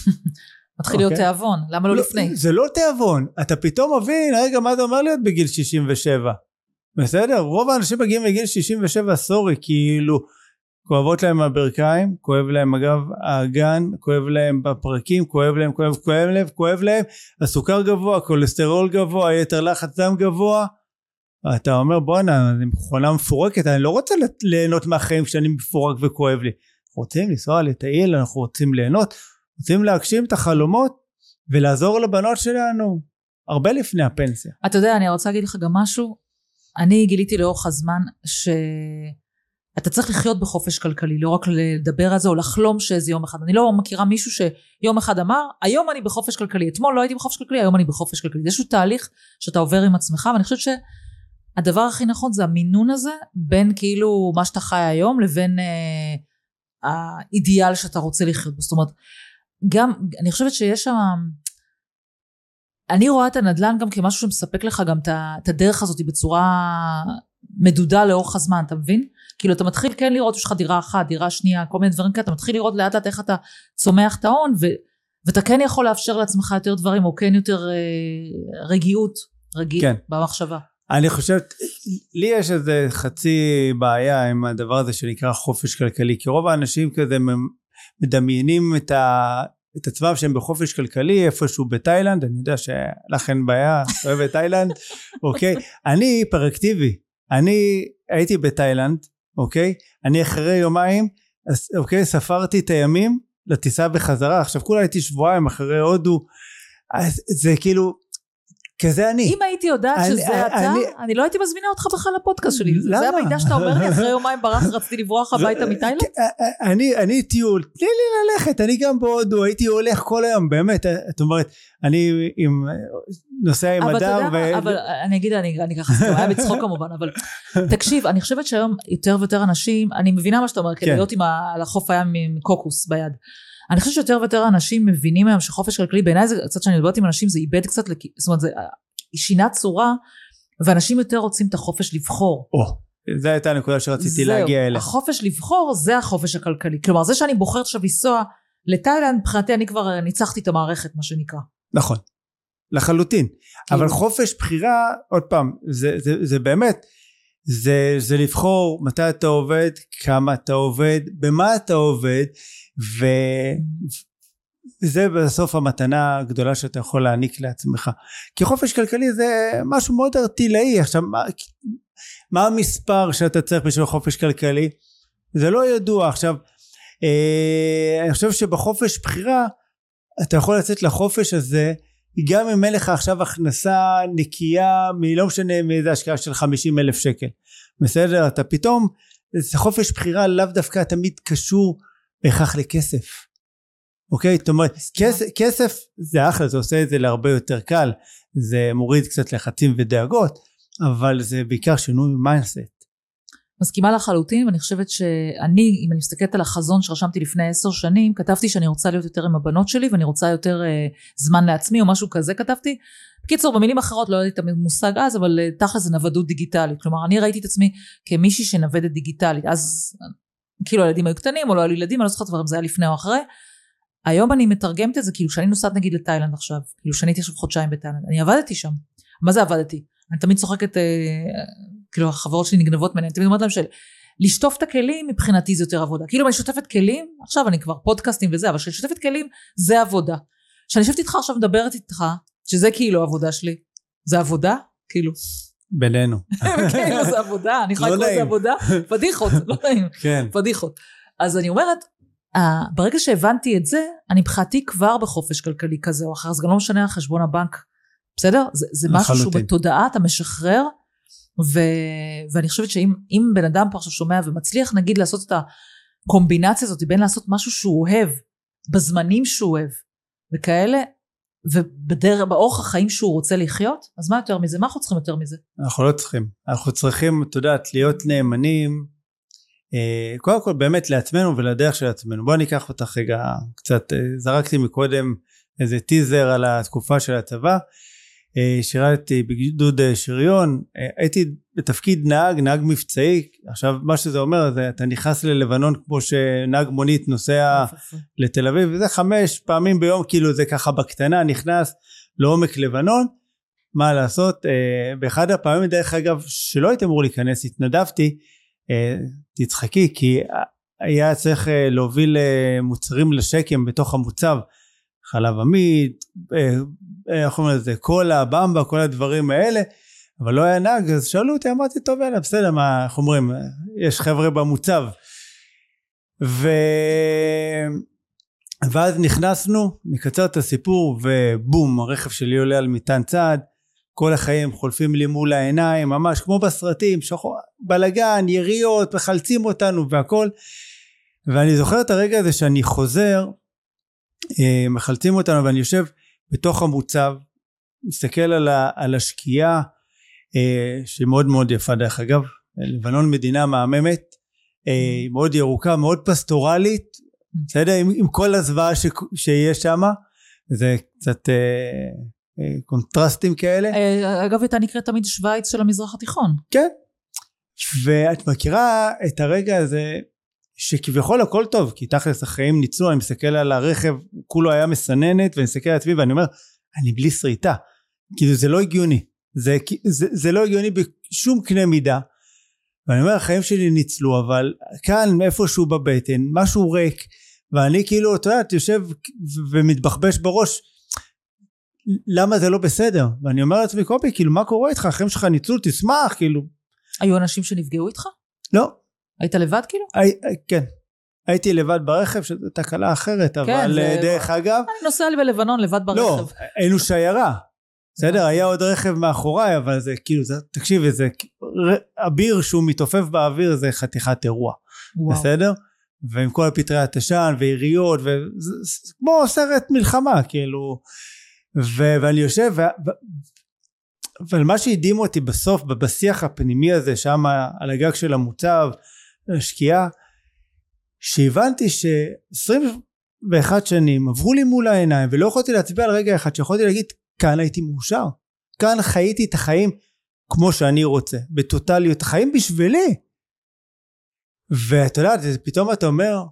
מתחיל להיות תיאבון, למה לא לפני? זה לא תיאבון, אתה פתאום מבין, רגע, מה זה אומר להיות בגיל שישים ושבע? בסדר? רוב האנשים מגיעים בגיל שישים ושבע, סורי, כאילו, כואבות להם הברכיים, כואב להם אגב האגן, כואב להם בפרקים, כואב להם, כואב, כואב להם, כואב להם, הסוכר גבוה, קולסטרול גבוה, יתר לחץ דם גבוה, אתה אומר בוא'נה, אני מכונה מפורקת, אני לא רוצה ליהנות מהחיים כשאני מפורק וכואב לי, אנחנו רוצים לנסוע לטייל, אנחנו רוצים ליהנות, רוצים להגשים את החלומות ולעזור לבנות שלנו הרבה לפני הפנסיה. אתה יודע, אני רוצה להגיד לך גם משהו, אני גיליתי לאורך הזמן שאתה צריך לחיות בחופש כלכלי, לא רק לדבר על זה או לחלום שאיזה יום אחד, אני לא מכירה מישהו שיום אחד אמר, היום אני בחופש כלכלי, אתמול לא הייתי בחופש כלכלי, היום אני בחופש כלכלי, זה איזשהו תהליך שאתה עובר עם עצמך, ואני חושבת שהדבר הכי נכון זה המינון הזה, בין כאילו מה שאתה חי היום, לבין אה, האידיאל שאתה רוצה לחיות בו, זאת אומרת, גם, אני חושבת שיש שם, אני רואה את הנדל"ן גם כמשהו שמספק לך גם את הדרך הזאת בצורה מדודה לאורך הזמן, אתה מבין? כאילו אתה מתחיל כן לראות, יש לך דירה אחת, דירה שנייה, כל מיני דברים כאלה, אתה מתחיל לראות לאט לאט איך אתה צומח את ההון, ו, ואתה כן יכול לאפשר לעצמך יותר דברים, או כן יותר אה, רגיעות, רגיל כן. במחשבה. אני חושב, לי יש איזה חצי בעיה עם הדבר הזה שנקרא חופש כלכלי, כי רוב האנשים כזה מדמיינים את ה... את עצמם שהם בחופש כלכלי איפשהו בתאילנד, אני יודע שלך אין בעיה, אוהב את תאילנד, אוקיי, אני היפראקטיבי, אני הייתי בתאילנד, אוקיי, אני אחרי יומיים, אוקיי, ספרתי את הימים לטיסה בחזרה, עכשיו כולה הייתי שבועיים אחרי הודו, אז זה כאילו, כזה אני. אם הייתי יודעת אני, שזה אני, אתה, אני, אני לא הייתי מזמינה אותך בכלל לפודקאסט שלי. למה? זה המידע שאתה אומר לי, אחרי יומיים ברח רציתי לברוח הביתה מתאילנד? אני, אני טיול, תני לי ללכת, אני גם בהודו, הייתי הולך כל היום, באמת, את אומרת, אני עם נוסע עם אדם. ו... אבל אני אגיד, אני, אני ככה, זה היה בצחוק כמובן, אבל תקשיב, אני חושבת שהיום יותר ויותר אנשים, אני מבינה מה שאתה אומר, כדי להיות על החוף הים עם קוקוס ביד. אני חושבת שיותר ויותר אנשים מבינים היום שחופש כלכלי, בעיניי זה קצת שאני מדברת עם אנשים, זה איבד קצת, זאת אומרת, זה שינה צורה, ואנשים יותר רוצים את החופש לבחור. או, זו הייתה הנקודה שרציתי להגיע אליה. החופש לבחור זה החופש הכלכלי. כלומר, זה שאני בוחרת עכשיו לנסוע לתאילנד, מבחינתי אני כבר ניצחתי את המערכת, מה שנקרא. נכון, לחלוטין. אבל חופש בחירה, עוד פעם, זה, זה, זה באמת, זה, זה לבחור מתי אתה עובד, כמה אתה עובד, במה אתה עובד, וזה בסוף המתנה הגדולה שאתה יכול להעניק לעצמך. כי חופש כלכלי זה משהו מאוד ארטילאי. עכשיו, מה, מה המספר שאתה צריך בשביל חופש כלכלי? זה לא ידוע. עכשיו, אה, אני חושב שבחופש בחירה, אתה יכול לצאת לחופש הזה, גם אם אין לך עכשיו הכנסה נקייה, מלא משנה מאיזה השקעה של חמישים אלף שקל. בסדר? אתה פתאום, זה חופש בחירה לאו דווקא תמיד קשור בהכרח לכסף. אוקיי? זאת אומרת, כסף, כסף זה אחלה, זה עושה את זה להרבה יותר קל, זה מוריד קצת לחצים ודאגות, אבל זה בעיקר שינוי מיינדסט. מסכימה לחלוטין, ואני חושבת שאני, אם אני מסתכלת על החזון שרשמתי לפני עשר שנים, כתבתי שאני רוצה להיות יותר עם הבנות שלי, ואני רוצה יותר אה, זמן לעצמי, או משהו כזה כתבתי. בקיצור, במילים אחרות לא הייתי מושג אז, אבל תכל'ס זה נוודות דיגיטלית. כלומר, אני ראיתי את עצמי כמישהי שנוודת דיגיטלית. אז כאילו הילדים היו קטנים, או לא היו ילדים, אני לא זוכרת כבר אם זה היה לפני או אחרי. היום אני מתרגמת את זה, כאילו שאני נוסעת נגיד לתאילנד עכשיו, כאילו שאני הייתי עכשיו חודשיים בתאילנד, אני עבדתי שם. מה זה עבדתי? אני תמיד צוחקת, אה, כאילו החברות שלי נגנבות ממני, אני תמיד אומרת להם של, לשטוף את הכלים מבחינתי זה יותר עבודה. כאילו אני שותפת כלים, עכשיו אני כבר פודקאסטים וזה, אבל שאני שותפת כלים זה עבודה. שאני יושבת איתך עכשיו מדברת איתך, שזה כאילו עבודה שלי, זה עבודה? כאילו. בינינו. כאילו זה עבודה, אני יכולה לקרוא לזה עבודה, פדיחות, לא נעים, פדיחות. אז אני אומרת, ברגע שהבנתי את זה, אני בחרתי כבר בחופש כלכלי כזה או אחר, אז גם לא משנה על חשבון הבנק, בסדר? זה, זה משהו שהוא בתודעה, אתה משחרר, ו, ואני חושבת שאם בן אדם פה עכשיו שומע ומצליח נגיד לעשות את הקומבינציה הזאת, בין לעשות משהו שהוא אוהב, בזמנים שהוא אוהב, וכאלה, ובדרך, באורח החיים שהוא רוצה לחיות, אז מה יותר מזה? מה אנחנו צריכים יותר מזה? אנחנו לא צריכים. אנחנו צריכים, אתה יודעת, להיות נאמנים, אה, קודם כל באמת לעצמנו ולדרך של עצמנו. בואו ניקח אותך רגע קצת, אה, זרקתי מקודם איזה טיזר על התקופה של הצבא, אה, שירתי בגדוד שריון, אה, הייתי בתפקיד נהג, נהג מבצעי, עכשיו מה שזה אומר, זה, אתה נכנס ללבנון כמו שנהג מונית נוסע לתל אביב, וזה חמש פעמים ביום, כאילו זה ככה בקטנה, נכנס לעומק לבנון, מה לעשות, אה, באחד הפעמים דרך אגב, שלא הייתי אמור להיכנס, התנדבתי, אה, תצחקי, כי היה צריך אה, להוביל אה, מוצרים לשקם בתוך המוצב, חלב עמית, אה, איך אומרים לזה, קולה, במבה, כל הדברים האלה, אבל לא היה נהג, אז שאלו אותי, אמרתי, טוב, יאללה, בסדר, מה, איך אומרים, יש חבר'ה במוצב, ו... ואז נכנסנו, נקצר את הסיפור, ובום, הרכב שלי עולה על מטען צעד, כל החיים חולפים לי מול העיניים, ממש כמו בסרטים, שחור, בלגן, יריות, מחלצים אותנו והכל, ואני זוכר את הרגע הזה שאני חוזר, מחלצים אותנו, ואני יושב בתוך המוצב, מסתכל על, ה, על השקיעה, שהיא מאוד מאוד יפה דרך אגב, לבנון מדינה מהממת, מאוד ירוקה, מאוד פסטורלית, בסדר, עם, עם כל הזוועה ש, שיש שם, זה קצת אה, אה, קונטרסטים כאלה. אגב, אתה נקראת תמיד שוויץ של המזרח התיכון. כן, ואת מכירה את הרגע הזה, שכביכול הכל טוב, כי תכלס החיים ניצלו, אני מסתכל על הרכב, כולו היה מסננת, ואני מסתכל על עצמי, ואני אומר, אני בלי שריטה, כאילו זה לא הגיוני, זה, זה, זה לא הגיוני בשום קנה מידה, ואני אומר, החיים שלי ניצלו, אבל כאן איפשהו בבטן, משהו ריק, ואני כאילו, אתה יודע, יושב ומתבחבש בראש, למה זה לא בסדר? ואני אומר לעצמי, קובי, כאילו, מה קורה איתך? החיים שלך ניצלו, תשמח, כאילו. היו אנשים שנפגעו איתך? לא. היית לבד כאילו? הי, כן. הייתי לבד ברכב, שזו תקלה אחרת, כן, אבל זה... דרך אגב... אני נוסע בלבנון לבד ברכב. לא, היינו שיירה. בסדר, היה עוד רכב מאחוריי, אבל זה כאילו, זה, תקשיב, זה אביר שהוא מתעופף באוויר, זה חתיכת אירוע. וואו. בסדר? ועם כל הפטרי התשן ועיריות, וזה כמו סרט מלחמה, כאילו, ו, ואני יושב, ו, ו, אבל מה שהדהים אותי בסוף, בשיח הפנימי הזה, שם על הגג של המוצב, השקיעה, שהבנתי ש-עשרים ואחת שנים עברו לי מול העיניים, ולא יכולתי להצביע על רגע אחד, שיכולתי להגיד, כאן הייתי מאושר, כאן חייתי את החיים כמו שאני רוצה, בטוטליות, החיים בשבילי, ואתה יודע, פתאום אתה אומר,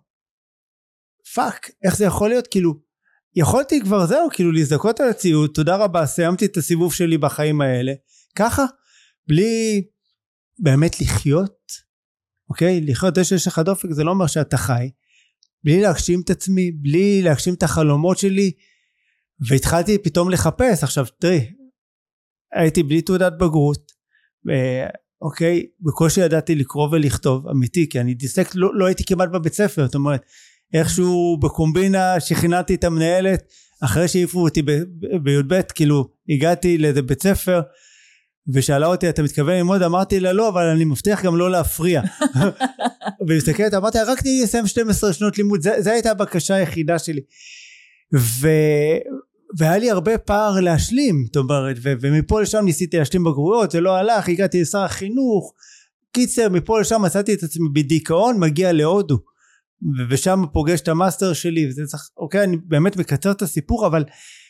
פאק, איך זה יכול להיות? כאילו, יכולתי כבר זהו, כאילו להזדכות על הציאות, תודה רבה, סיימתי את הסיבוב שלי בחיים האלה, ככה, בלי באמת לחיות, אוקיי? לחיות זה שיש לך דופק, זה לא אומר שאתה חי, בלי להגשים את עצמי, בלי להגשים את החלומות שלי, והתחלתי פתאום לחפש. עכשיו תראי, הייתי בלי תעודת בגרות, אוקיי, בקושי ידעתי לקרוא ולכתוב, אמיתי, כי אני דיסלקט, לא, לא הייתי כמעט בבית ספר, זאת אומרת, איכשהו בקומבינה שכנעתי את המנהלת, אחרי שהעיפו אותי בי"ב, כאילו הגעתי לאיזה בית ספר, ושאלה אותי, אתה מתכוון ללמוד? אמרתי לה לא, אבל אני מבטיח גם לא להפריע. ומסתכלת, אמרתי, רק תהי לסיים שתים עשרה שנות לימוד, זה, זה הייתה הבקשה היחידה שלי. ו... והיה לי הרבה פער להשלים, זאת אומרת, ו... ומפה לשם ניסיתי להשלים בגרויות, זה לא הלך, הגעתי לשר החינוך, קיצר, מפה לשם מצאתי את עצמי בדיכאון, מגיע להודו, ו... ושם פוגש את המאסטר שלי, וזה צריך, אוקיי, אני באמת מקצר את הסיפור, אבל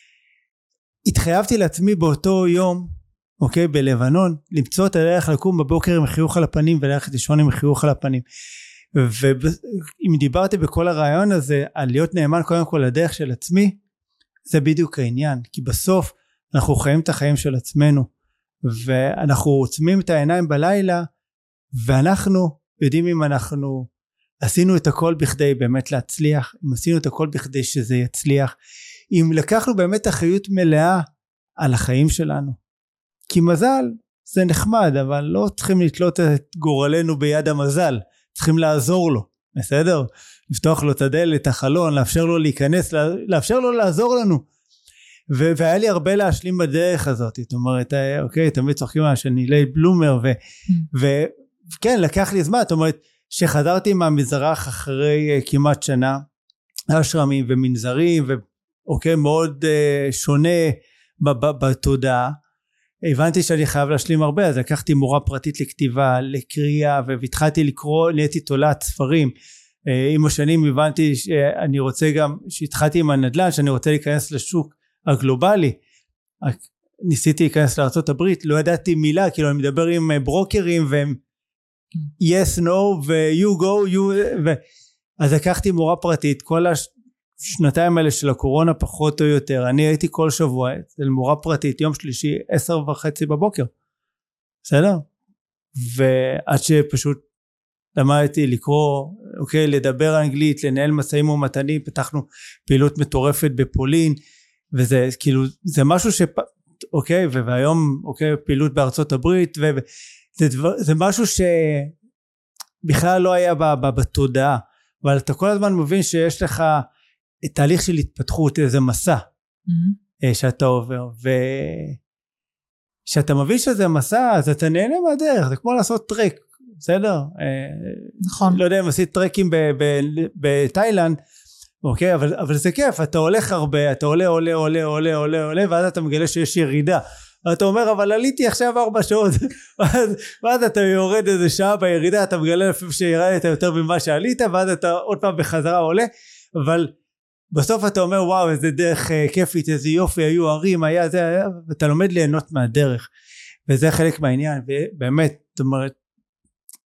התחייבתי לעצמי באותו יום, אוקיי, בלבנון, למצוא את הדרך לקום בבוקר עם חיוך על הפנים, וללכת לישון עם חיוך על הפנים, ואם דיברתי בכל הרעיון הזה על להיות נאמן קודם כל לדרך של עצמי, זה בדיוק העניין, כי בסוף אנחנו חיים את החיים של עצמנו, ואנחנו עוצמים את העיניים בלילה, ואנחנו יודעים אם אנחנו עשינו את הכל בכדי באמת להצליח, אם עשינו את הכל בכדי שזה יצליח, אם לקחנו באמת אחריות מלאה על החיים שלנו, כי מזל זה נחמד, אבל לא צריכים לתלות את גורלנו ביד המזל, צריכים לעזור לו, בסדר? לפתוח לו את הדלת, את החלון, לאפשר לו להיכנס, לאפשר לו לעזור לנו. ו- והיה לי הרבה להשלים בדרך הזאת, זאת אומרת, אוקיי, תמיד צוחקים מה שאני לייט בלומר, וכן, ו- לקח לי זמן, זאת אומרת, שחזרתי מהמזרח אחרי uh, כמעט שנה, אשרמים ומנזרים, ואוקיי, מאוד uh, שונה בתודעה, הבנתי שאני חייב להשלים הרבה, אז לקחתי מורה פרטית לכתיבה, לקריאה, והתחלתי לקרוא, נהייתי תולעת ספרים. עם השנים הבנתי שאני רוצה גם, שהתחלתי עם הנדל"ן, שאני רוצה להיכנס לשוק הגלובלי. ניסיתי להיכנס לארצות הברית, לא ידעתי מילה, כאילו אני מדבר עם ברוקרים, והם yes, no, ו-you go, you, ו... אז לקחתי מורה פרטית, כל השנתיים האלה של הקורונה פחות או יותר, אני הייתי כל שבוע אצל מורה פרטית, יום שלישי, עשר וחצי בבוקר, בסדר? ועד שפשוט למדתי לקרוא, אוקיי, לדבר אנגלית, לנהל מסעים ומתנים, פתחנו פעילות מטורפת בפולין, וזה כאילו, זה משהו ש... אוקיי, והיום, אוקיי, פעילות בארצות הברית, וזה דבר, זה משהו שבכלל לא היה בתודעה, אבל אתה כל הזמן מבין שיש לך תהליך של התפתחות, איזה מסע mm-hmm. שאתה עובר, ושאתה מבין שזה מסע, אז אתה נהנה מהדרך, זה כמו לעשות טרק, בסדר? נכון. לא יודע אם עשית טרקים בתאילנד, אוקיי, אבל, אבל זה כיף, אתה הולך הרבה, אתה עולה, עולה, עולה, עולה, עולה, עולה, ואז אתה מגלה שיש ירידה. אתה אומר, אבל עליתי עכשיו ארבע שעות, ואז, ואז אתה יורד איזה שעה בירידה, אתה מגלה לפעמים שירדת יותר ממה שעלית, ואז אתה עוד פעם בחזרה עולה, אבל בסוף אתה אומר, וואו, איזה דרך כיפית, איזה יופי, היו ערים, היה זה, היה, ואתה לומד ליהנות מהדרך, וזה חלק מהעניין, ובאמת, זאת אומרת,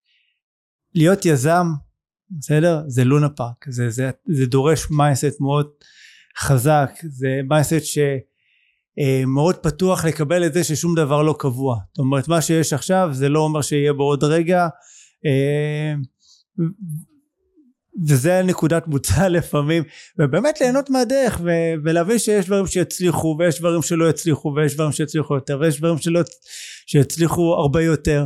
להיות יזם, בסדר? זה לונה פארק, זה, זה, זה דורש מיינסט מאוד חזק, זה מיינסט שמאוד פתוח לקבל את זה ששום דבר לא קבוע. זאת אומרת, מה שיש עכשיו זה לא אומר שיהיה בעוד רגע, וזה נקודת מוצא לפעמים, ובאמת ליהנות מהדרך ו- ולהבין שיש דברים שיצליחו ויש דברים שלא יצליחו ויש דברים שיצליחו יותר ויש דברים שלא שיצליחו הרבה יותר,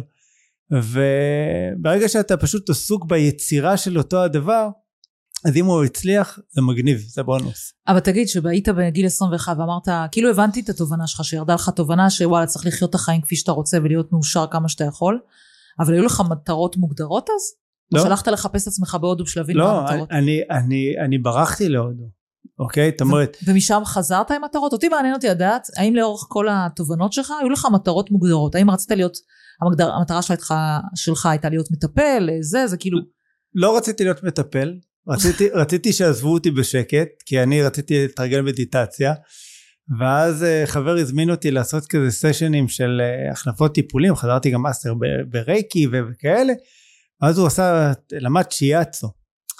וברגע שאתה פשוט עסוק ביצירה של אותו הדבר, אז אם הוא הצליח זה מגניב, זה בונוס. אבל תגיד שבהיית בגיל עשרים ואחת ואמרת, כאילו הבנתי את התובנה שלך, שירדה לך תובנה שוואלה צריך לחיות את החיים כפי שאתה רוצה ולהיות מאושר כמה שאתה יכול, אבל היו לך מטרות מוגדרות אז? לא. או שלחת לחפש את עצמך בהודו בשלבים לא, מהמטרות? אני, אני, אני ברחתי להודו, אוקיי? זאת אומרת... ו- ומשם חזרת עם מטרות? אותי מעניין אותי לדעת, האם לאורך כל התובנות שלך, היו לך מטרות מוגדרות? האם רצית להיות, המגדר, המטרה שלך, שלך הייתה להיות מטפל, זה, זה כאילו... לא רציתי להיות מטפל, רציתי, רציתי שעזבו אותי בשקט, כי אני רציתי לתרגל מדיטציה, ואז חבר הזמין אותי לעשות כזה סשנים של החלפות טיפולים, חזרתי גם מאסטר ברייקי וכאלה, אז הוא עשה, למד שיאצו,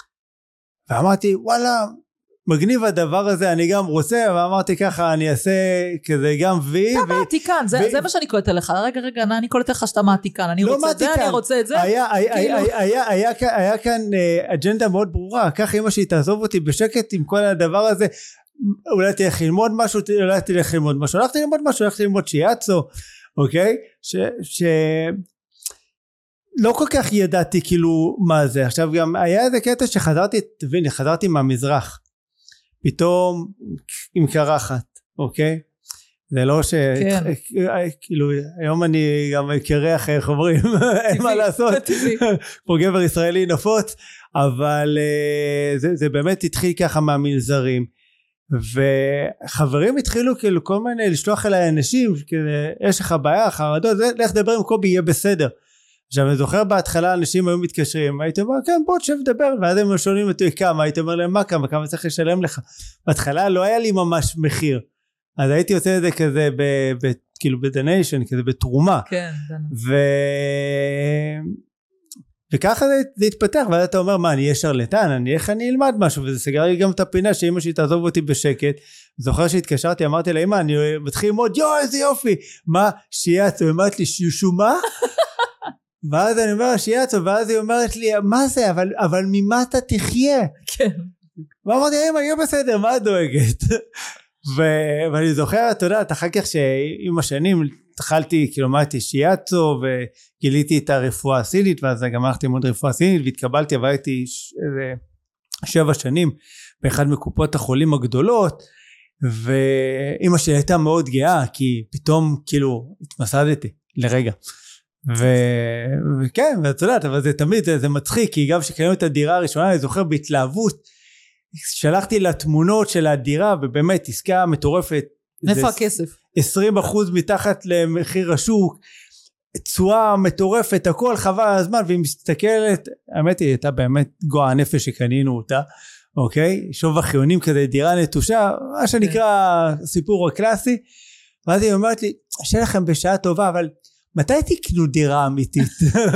ואמרתי וואלה מגניב הדבר הזה, אני גם רוצה, ואמרתי ככה אני אעשה כזה גם וי. אתה מעתיקן, זה מה שאני קולט עליך, רגע רגע אני קולט לך שאתה מעתיקן, אני רוצה את זה, אני רוצה את זה. היה כאן אג'נדה מאוד ברורה, ככה אמא שלי תעזוב אותי בשקט עם כל הדבר הזה, אולי תלך ללמוד משהו, אולי תלך ללמוד משהו, הלכתי ללמוד משהו, הלכתי ללמוד שיאצו, אוקיי? ש... לא כל כך ידעתי כאילו מה זה. עכשיו גם היה איזה קטע שחזרתי, תביני, חזרתי מהמזרח פתאום עם קרחת, אוקיי? זה לא ש... כן. כאילו היום אני גם קרח, איך אומרים, אין מה לעשות, פה גבר ישראלי נפוץ, אבל זה, זה באמת התחיל ככה מהמנזרים, וחברים התחילו כאילו כל מיני לשלוח אליי אנשים, יש לך בעיה, חרדות, לך דבר עם קובי, יהיה בסדר. עכשיו אני זוכר בהתחלה אנשים היו מתקשרים, הייתי אומר כן בוא תשב דבר, ואז הם שואלים אותי כמה, הייתי אומר להם מה כמה, כמה צריך לשלם לך. בהתחלה לא היה לי ממש מחיר, אז הייתי עושה את זה כזה ב, ב, כאילו בדוניישן, כזה בתרומה, כן, ו... וככה זה, זה התפתח, ואז אתה אומר מה אני אהיה שרלטן, אני איך אני אלמד משהו, וזה סגר לי גם את הפינה שאמא שלי תעזוב אותי בשקט. זוכר שהתקשרתי אמרתי לה אמא אני מתחיל ללמוד, יו איזה יופי, מה שיאצו, אמרת לי שיושומה ואז אני אומר שיאצו, ואז היא אומרת לי מה זה, אבל, אבל ממה אתה תחיה? כן. ואמרתי אמא יהיה בסדר, מה את דואגת? ו- ואני זוכר, אתה יודע, אחר כך שעם השנים התחלתי, כאילו אמרתי שיאצו וגיליתי את הרפואה הסינית, ואז גם הלכתי ללמוד רפואה סינית והתקבלתי, עבדתי ש- שבע שנים באחד מקופות החולים הגדולות, ואמא שלי הייתה מאוד גאה כי פתאום כאילו התמסדתי לרגע. ו- וכן, ואת יודעת, אבל זה תמיד זה, זה מצחיק, כי גם שקנינו את הדירה הראשונה אני זוכר בהתלהבות שלחתי לה תמונות של הדירה, ובאמת עסקה מטורפת, איפה הכסף? עשרים אחוז מתחת למחיר השוק, תשואה מטורפת, הכל חבל הזמן, והיא מסתכלת, האמת היא הייתה באמת גועה הנפש שקנינו אותה, אוקיי? שוב החיונים כזה, דירה נטושה, מה שנקרא סיפור הקלאסי, ואז היא אומרת לי, שיהיה לכם בשעה טובה, אבל מתי תקנו דירה אמיתית?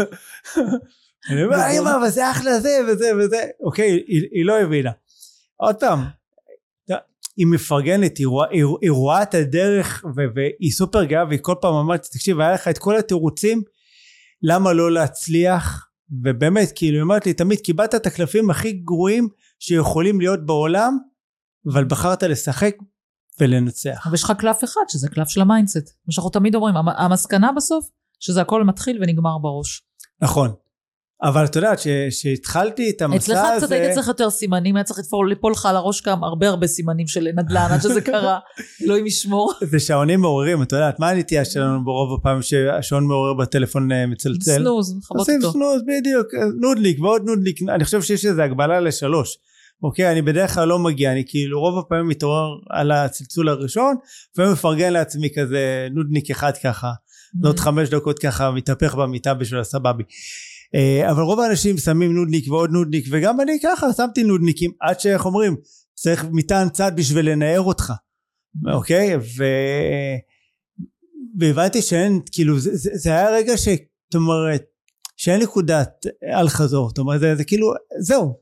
אני אומר, אמא, אבל זה אחלה זה וזה וזה, אוקיי, היא לא הבינה. עוד פעם, היא מפרגנת, היא רואה, היא, היא רואה את הדרך והיא סופר גאה, והיא כל פעם אמרת, תקשיב, היה לך את כל התירוצים, למה לא להצליח? ובאמת, כאילו, היא אומרת לי, תמיד קיבלת את הקלפים הכי גרועים שיכולים להיות בעולם, אבל בחרת לשחק ולנצח. אבל יש לך קלף אחד, שזה קלף של המיינדסט. מה שאנחנו תמיד אומרים, המסקנה בסוף, שזה הכל מתחיל ונגמר בראש. נכון. אבל אתה יודעת שהתחלתי את המסע הזה... אצלך קצת היית צריך יותר סימנים, היה צריך ליפול לך על הראש כמה הרבה הרבה סימנים של נדל"ן, עד שזה קרה, לא אם ישמור. זה שעונים מעוררים, אתה יודעת, מה הנטייה שלנו ברוב הפעם שהשעון מעורר בטלפון מצלצל? סנוז, חבות אותו. עושים סנוז, בדיוק, נודליק ועוד נודליק, אני חושב שיש איזו הגבלה לשלוש, אוקיי, אני בדרך כלל לא מגיע, אני כאילו רוב הפעמים מתעורר על הצלצול הראשון, לפעמים מפרגן לעצמי כזה נודניק אחד ככה, עוד חמש דקות ככה, מתהפך במיטה בשביל הסבבי. אבל רוב האנשים שמים נודניק ועוד נודניק, וגם אני ככה שמתי נודניקים, עד שאיך אומרים, צריך מטען צד בשביל לנער אותך, אוקיי? ו... והבנתי שאין, כאילו, זה, זה, זה היה רגע שאת אומרת, שאין נקודת על חזור, זאת אומרת, זה, זה כאילו, זהו,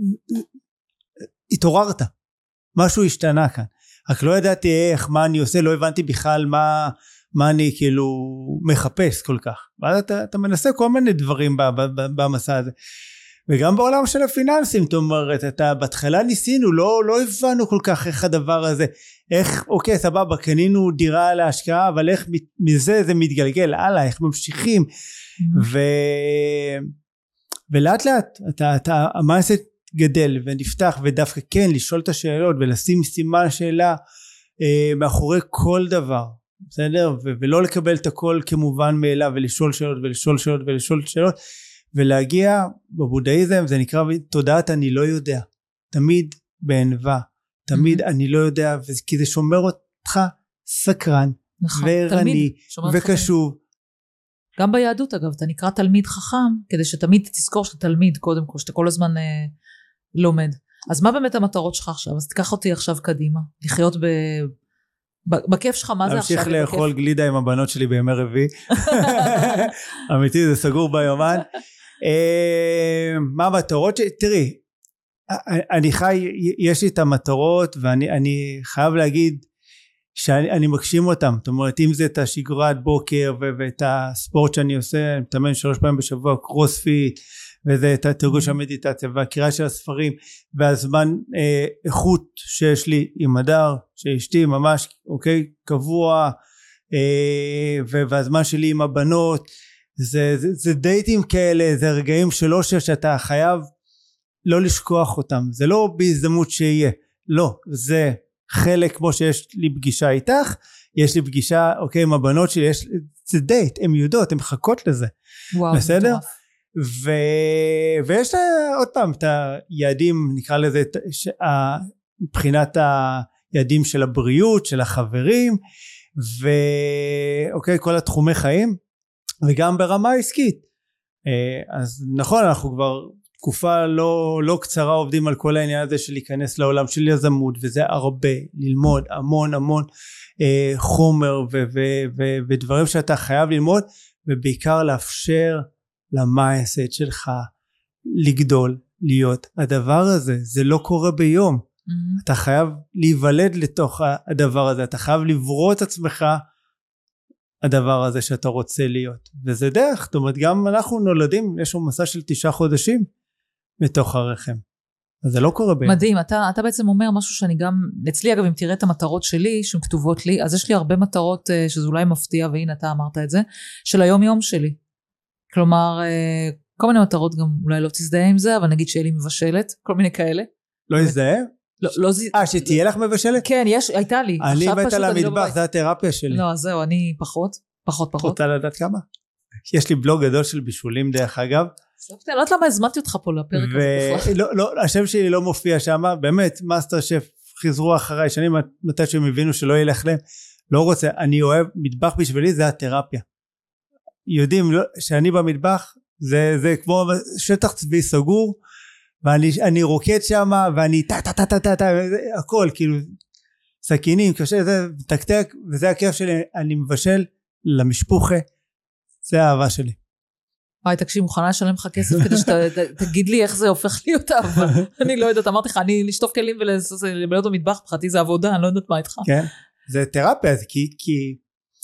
התעוררת, משהו השתנה כאן, רק לא ידעתי איך, מה אני עושה, לא הבנתי בכלל מה, מה אני כאילו מחפש כל כך, ואז אתה, אתה מנסה כל מיני דברים במסע הזה, וגם בעולם של הפיננסים, זאת אומרת, אתה בהתחלה ניסינו, לא, לא הבנו כל כך איך הדבר הזה, איך, אוקיי, סבבה, קנינו דירה להשקעה, אבל איך מזה זה מתגלגל, הלאה, איך ממשיכים, mm-hmm. ו... ולאט לאט, אתה, אתה, המעשת גדל ונפתח, ודווקא כן, לשאול את השאלות, ולשים סימן שאלה, אה, מאחורי כל דבר, בסדר? ו- ולא לקבל את הכל כמובן מאליו, ולשאול שאלות, ולשאול שאלות, ולשאול שאלות, ולהגיע בבודהיזם, זה נקרא תודעת אני לא יודע, תמיד בענווה, תמיד mm-hmm. אני לא יודע, כי זה שומר אותך סקרן, נכון, וערני, וקשוב. גם ביהדות אגב, אתה נקרא תלמיד חכם, כדי שתמיד תזכור שאתה תלמיד קודם כל, שאתה כל הזמן אה, לומד. אז מה באמת המטרות שלך עכשיו? אז תיקח אותי עכשיו קדימה, לחיות ב... בכיף שלך, מה זה עכשיו? להמשיך לאכול גלידה עם הבנות שלי בימי רביעי. אמיתי, זה סגור ביומן. מה המטרות? תראי, אני חי, יש לי את המטרות, ואני חייב להגיד שאני מגשים אותם. זאת אומרת, אם זה את השגרת בוקר, ואת הספורט שאני עושה, אני מתאמן שלוש פעמים בשבוע, קרוספיט, וזה את התרגוש המדיטציה, והקריאה של הספרים, והזמן אה, איכות שיש לי עם הדר, שאשתי ממש, אוקיי, קבוע, אה, והזמן שלי עם הבנות, זה, זה, זה דייטים כאלה, זה רגעים שלא שאתה חייב לא לשכוח אותם, זה לא בהזדמנות שיהיה, לא, זה חלק כמו שיש לי פגישה איתך, יש לי פגישה, אוקיי, עם הבנות שלי, יש, זה דייט, הן יודעות, הן מחכות לזה, וואו, בסדר? ו... ויש עוד פעם את היעדים, נקרא לזה, מבחינת היעדים של הבריאות, של החברים, ואוקיי, כל התחומי חיים, וגם ברמה עסקית. אז נכון, אנחנו כבר תקופה לא, לא קצרה עובדים על כל העניין הזה של להיכנס לעולם של יזמות, וזה הרבה, ללמוד המון המון אה, חומר ו- ו- ו- ודברים שאתה חייב ללמוד, ובעיקר לאפשר למייסט שלך לגדול, להיות. הדבר הזה, זה לא קורה ביום. Mm-hmm. אתה חייב להיוולד לתוך הדבר הזה, אתה חייב לברוא את עצמך הדבר הזה שאתה רוצה להיות. וזה דרך, זאת אומרת, גם אנחנו נולדים, יש לנו מסע של תשעה חודשים מתוך הרחם. אז זה לא קורה ביום. מדהים, אתה, אתה בעצם אומר משהו שאני גם, אצלי אגב, אם תראה את המטרות שלי, שהן כתובות לי, אז יש לי הרבה מטרות שזה אולי מפתיע, והנה אתה אמרת את זה, של היום יום שלי. כלומר, כל מיני מטרות גם אולי לא תזדהה עם זה, אבל נגיד שיהיה לי מבשלת, כל מיני כאלה. לא יזדהה? לא, לא ז... אה, שתהיה לך מבשלת? כן, יש, הייתה לי. אני מת על המטבח, זה התרפיה שלי. לא, אז זהו, אני פחות, פחות, פחות. רוצה לדעת כמה? יש לי בלוג גדול של בישולים דרך אגב. אני לא יודעת למה הזמנתי אותך פה לפרק הזה בכלל. לא, לא, השם שלי לא מופיע שם, באמת, מאסטר שף חזרו אחריי, שאני מתי שהם הבינו שלא ילך להם, לא רוצה, אני אוהב, מטבח בשבילי זה התרפיה. יודעים שאני במטבח, זה, זה כמו שטח צבי סגור, ואני אני רוקד שם, ואני טה טה טה טה טה טה, הכל, כאילו, סכינים, קשה, זה תקתק, וזה הכיף שלי, אני מבשל למשפוחה, זה האהבה שלי. וואי, תקשיב, מוכנה לשלם לך כסף, כדי שתגיד לי איך זה הופך להיות אהבה. אני לא יודעת, אמרתי לך, אני לשטוף כלים ולמלא במטבח, בחתי זה עבודה, אני לא יודעת מה איתך. כן, זה תרפיה, כי, כי,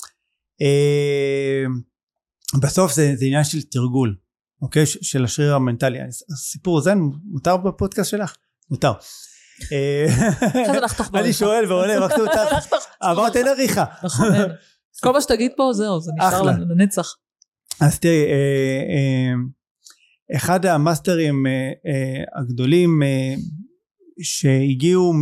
אה, בסוף זה, זה עניין של תרגול, אוקיי? של השריר המנטלי. הסיפור הזה מותר בפודקאסט שלך? מותר. אני שואל ועולה, רק מותר. אמרת אין עריכה. נכון, אין. כל מה שתגיד פה זהו, זה נשאר לנצח. אז תראי, אחד המאסטרים הגדולים שהגיעו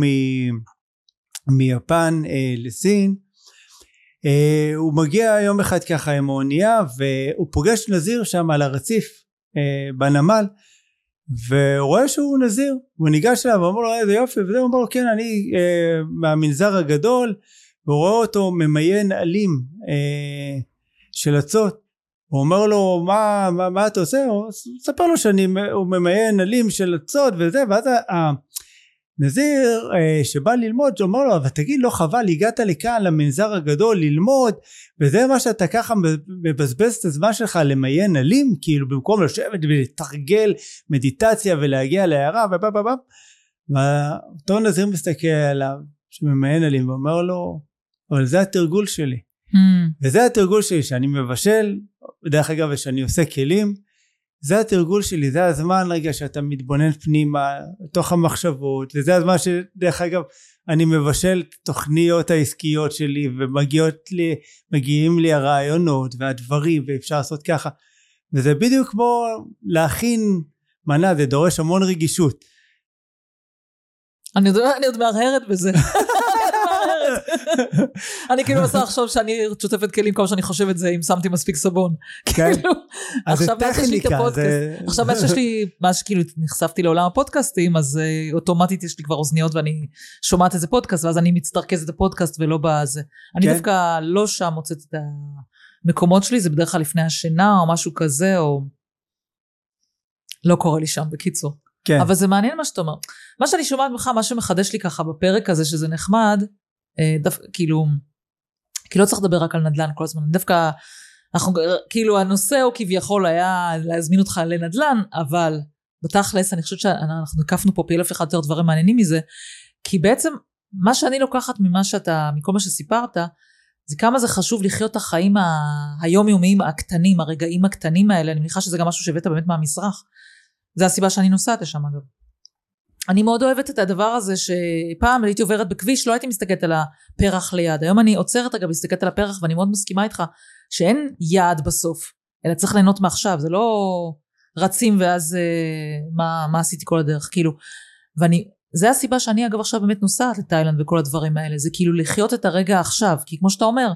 מיפן לסין, הוא מגיע יום אחד ככה עם האונייה, והוא פוגש נזיר שם על הרציף בנמל, והוא רואה שהוא נזיר, הוא ניגש אליו ואומר לו איזה יופי, וזה הוא אומר לו כן, אני מהמנזר הגדול, והוא רואה אותו ממיין עלים של עצות, הוא אומר לו מה, מה, מה אתה עושה? הוא ספר לו שהוא ממיין עלים של עצות וזה, ואז נזיר אה, שבא ללמוד, שאומר לו, אבל תגיד, לא חבל, הגעת לכאן למנזר הגדול ללמוד, וזה מה שאתה ככה מבזבז את הזמן שלך למיין עלים, כאילו במקום לשבת ולתרגל מדיטציה ולהגיע להערה ובא בא בא. ואותו נזיר מסתכל עליו, שממיין עלים, ואומר לו, אבל זה התרגול שלי. Mm. וזה התרגול שלי, שאני מבשל, בדרך אגב, ושאני עושה כלים, זה התרגול שלי, זה הזמן רגע שאתה מתבונן פנימה, תוך המחשבות, וזה הזמן שדרך אגב, אני מבשל תוכניות העסקיות שלי, ומגיעות לי, מגיעים לי הרעיונות והדברים, ואפשר לעשות ככה. וזה בדיוק כמו להכין מנה, זה דורש המון רגישות. אני עוד מהרהרת בזה. אני כאילו עושה עכשיו שאני שותפת כלים כמו שאני חושבת זה אם שמתי מספיק סבון. עכשיו מה שיש לי את הפודקאסט, עכשיו מה שיש לי, מה שכאילו נחשפתי לעולם הפודקאסטים, אז אוטומטית יש לי כבר אוזניות ואני שומעת איזה פודקאסט, ואז אני מצטרכז את הפודקאסט ולא בזה. אני דווקא לא שם מוצאת את המקומות שלי, זה בדרך כלל לפני השינה או משהו כזה, או לא קורה לי שם בקיצור. כן. אבל זה מעניין מה שאתה אומר. מה שאני שומעת ממך, מה שמחדש לי ככה בפרק הזה, שזה נחמד, דווקא, כאילו, כי לא צריך לדבר רק על נדל"ן כל הזמן, דווקא, אנחנו, כאילו, הנושא הוא כביכול היה להזמין אותך לנדל"ן, אבל בתכלס, אני חושבת שאנחנו הקפנו פה פי אלף אחד יותר דברים מעניינים מזה, כי בעצם, מה שאני לוקחת ממה שאתה, מכל מה שסיפרת, זה כמה זה חשוב לחיות את החיים היומיומיים הקטנים, הרגעים הקטנים האלה, אני מניחה שזה גם משהו שהבאת באמת מהמזרח, זה הסיבה שאני נוסעת לשם אגב. אני מאוד אוהבת את הדבר הזה שפעם הייתי עוברת בכביש, לא הייתי מסתכלת על הפרח ליד. היום אני עוצרת אגב, מסתכלת על הפרח, ואני מאוד מסכימה איתך שאין יעד בסוף, אלא צריך ליהנות מעכשיו. זה לא רצים ואז אה, מה, מה עשיתי כל הדרך, כאילו. ואני, זה הסיבה שאני אגב עכשיו באמת נוסעת לתאילנד וכל הדברים האלה. זה כאילו לחיות את הרגע עכשיו, כי כמו שאתה אומר,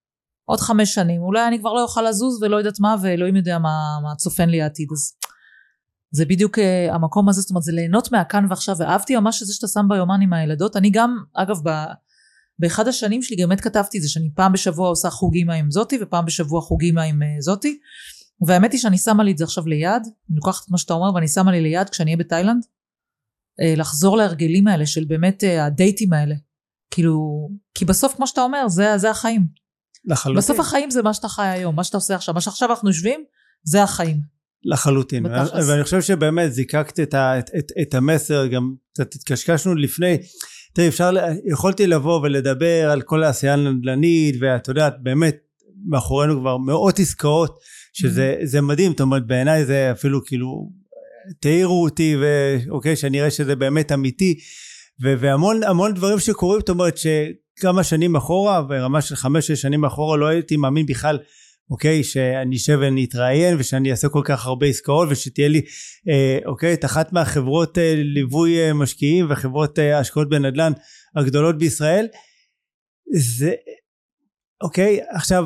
עוד חמש שנים, אולי אני כבר לא אוכל לזוז ולא יודעת מה, ואלוהים יודע מה, מה צופן לי העתיד. אז זה בדיוק uh, המקום הזה, זאת אומרת, זה ליהנות מהכאן ועכשיו, ואהבתי ממש את זה שאתה שם ביומן עם הילדות. אני גם, אגב, ב, באחד השנים שלי, באמת כתבתי את זה, שאני פעם בשבוע עושה חוגימה עם זאתי, ופעם בשבוע חוגימה עם uh, זאתי, והאמת היא שאני שמה לי את זה עכשיו ליד, אני לוקחת את מה שאתה אומר, ואני שמה לי ליד, כשאני אהיה בתאילנד, uh, לחזור להרגלים האלה, של באמת uh, הדייטים האלה, כאילו, כי בסוף, כמו שאתה אומר, זה, זה החיים. לחלוטין. בסוף החיים זה מה שאתה חי היום, מה שאתה עושה עכשיו, מה שעכשיו אנחנו יושבים, זה החיים. לחלוטין, ואני חושב שבאמת זיקקת את, את, את, את המסר, גם קצת התקשקשנו לפני, תראי, אפשר, יכולתי לבוא ולדבר על כל העשייה הנדל"נית, ואת יודעת, באמת, מאחורינו כבר מאות עסקאות, שזה זה מדהים, זאת אומרת, בעיניי זה אפילו כאילו, תאירו אותי, ואוקיי, שאני אראה שזה באמת אמיתי, ו, והמון המון דברים שקורים, זאת אומרת, שכמה שנים אחורה, ברמה של חמש, שש שנים אחורה, לא הייתי מאמין בכלל, אוקיי, שאני אשב ואני אתראיין, ושאני אעשה כל כך הרבה עסקאות, ושתהיה לי, אה, אוקיי, את אחת מהחברות אה, ליווי אה, משקיעים, וחברות אה, השקעות בנדל"ן הגדולות בישראל, זה, אוקיי, עכשיו,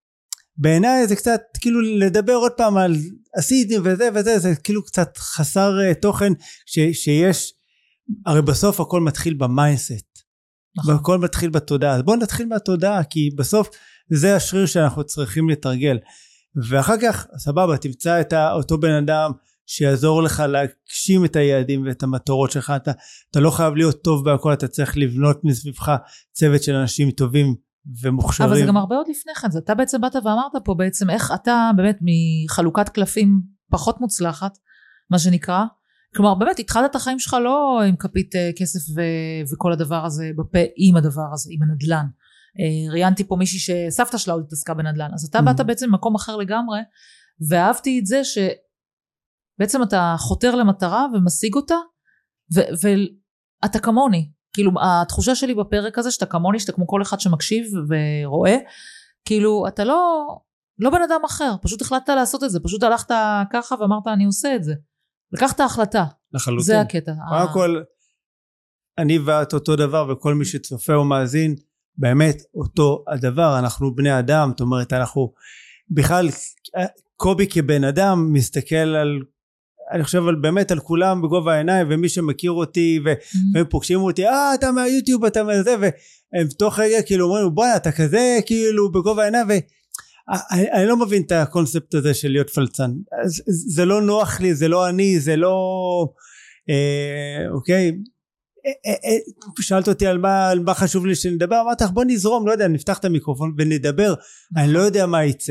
בעיניי זה קצת, כאילו לדבר עוד פעם על עשיתי וזה וזה, זה כאילו קצת חסר אה, תוכן, ש, שיש, הרי בסוף הכל מתחיל במיינדסט, נכון. והכל מתחיל בתודעה, אז בואו נתחיל מהתודעה, כי בסוף, זה השריר שאנחנו צריכים לתרגל, ואחר כך סבבה תמצא את אותו בן אדם שיעזור לך להגשים את היעדים ואת המטרות שלך. אתה, אתה לא חייב להיות טוב בהכל, אתה צריך לבנות מסביבך צוות של אנשים טובים ומוכשרים. אבל זה גם הרבה עוד לפני כן, אתה בעצם באת ואמרת פה בעצם איך אתה באמת מחלוקת קלפים פחות מוצלחת, מה שנקרא, כלומר באמת התחלת את החיים שלך לא עם כפית כסף ו- וכל הדבר הזה בפה, עם הדבר הזה, עם הנדל"ן. ראיינתי פה מישהי שסבתא שלה עוד התעסקה בנדל"ן, אז אתה באת בעצם במקום אחר לגמרי, ואהבתי את זה שבעצם אתה חותר למטרה ומשיג אותה, ואתה כמוני, כאילו התחושה שלי בפרק הזה שאתה כמוני, שאתה כמו כל אחד שמקשיב ורואה, כאילו אתה לא, לא בן אדם אחר, פשוט החלטת לעשות את זה, פשוט הלכת ככה ואמרת אני עושה את זה, לקחת החלטה, לחלוטין. זה הקטע. קודם כל, אני ואת אותו דבר, וכל מי שצופה או מאזין, באמת אותו הדבר, אנחנו בני אדם, זאת אומרת אנחנו בכלל, קובי כבן אדם מסתכל על, אני חושב על באמת על כולם בגובה העיניים, ומי שמכיר אותי והם פוגשים אותי, אה אתה מהיוטיוב אתה מהזה, והם תוך רגע כאילו אומרים בואי אתה כזה כאילו בגובה העיניים, ואני לא מבין את הקונספט הזה של להיות פלצן, זה לא נוח לי, זה לא אני, זה לא אה, אוקיי, שאלת אותי על מה, על מה חשוב לי שנדבר, אמרתי לך בוא נזרום, לא יודע, נפתח את המיקרופון ונדבר, אני לא יודע מה יצא,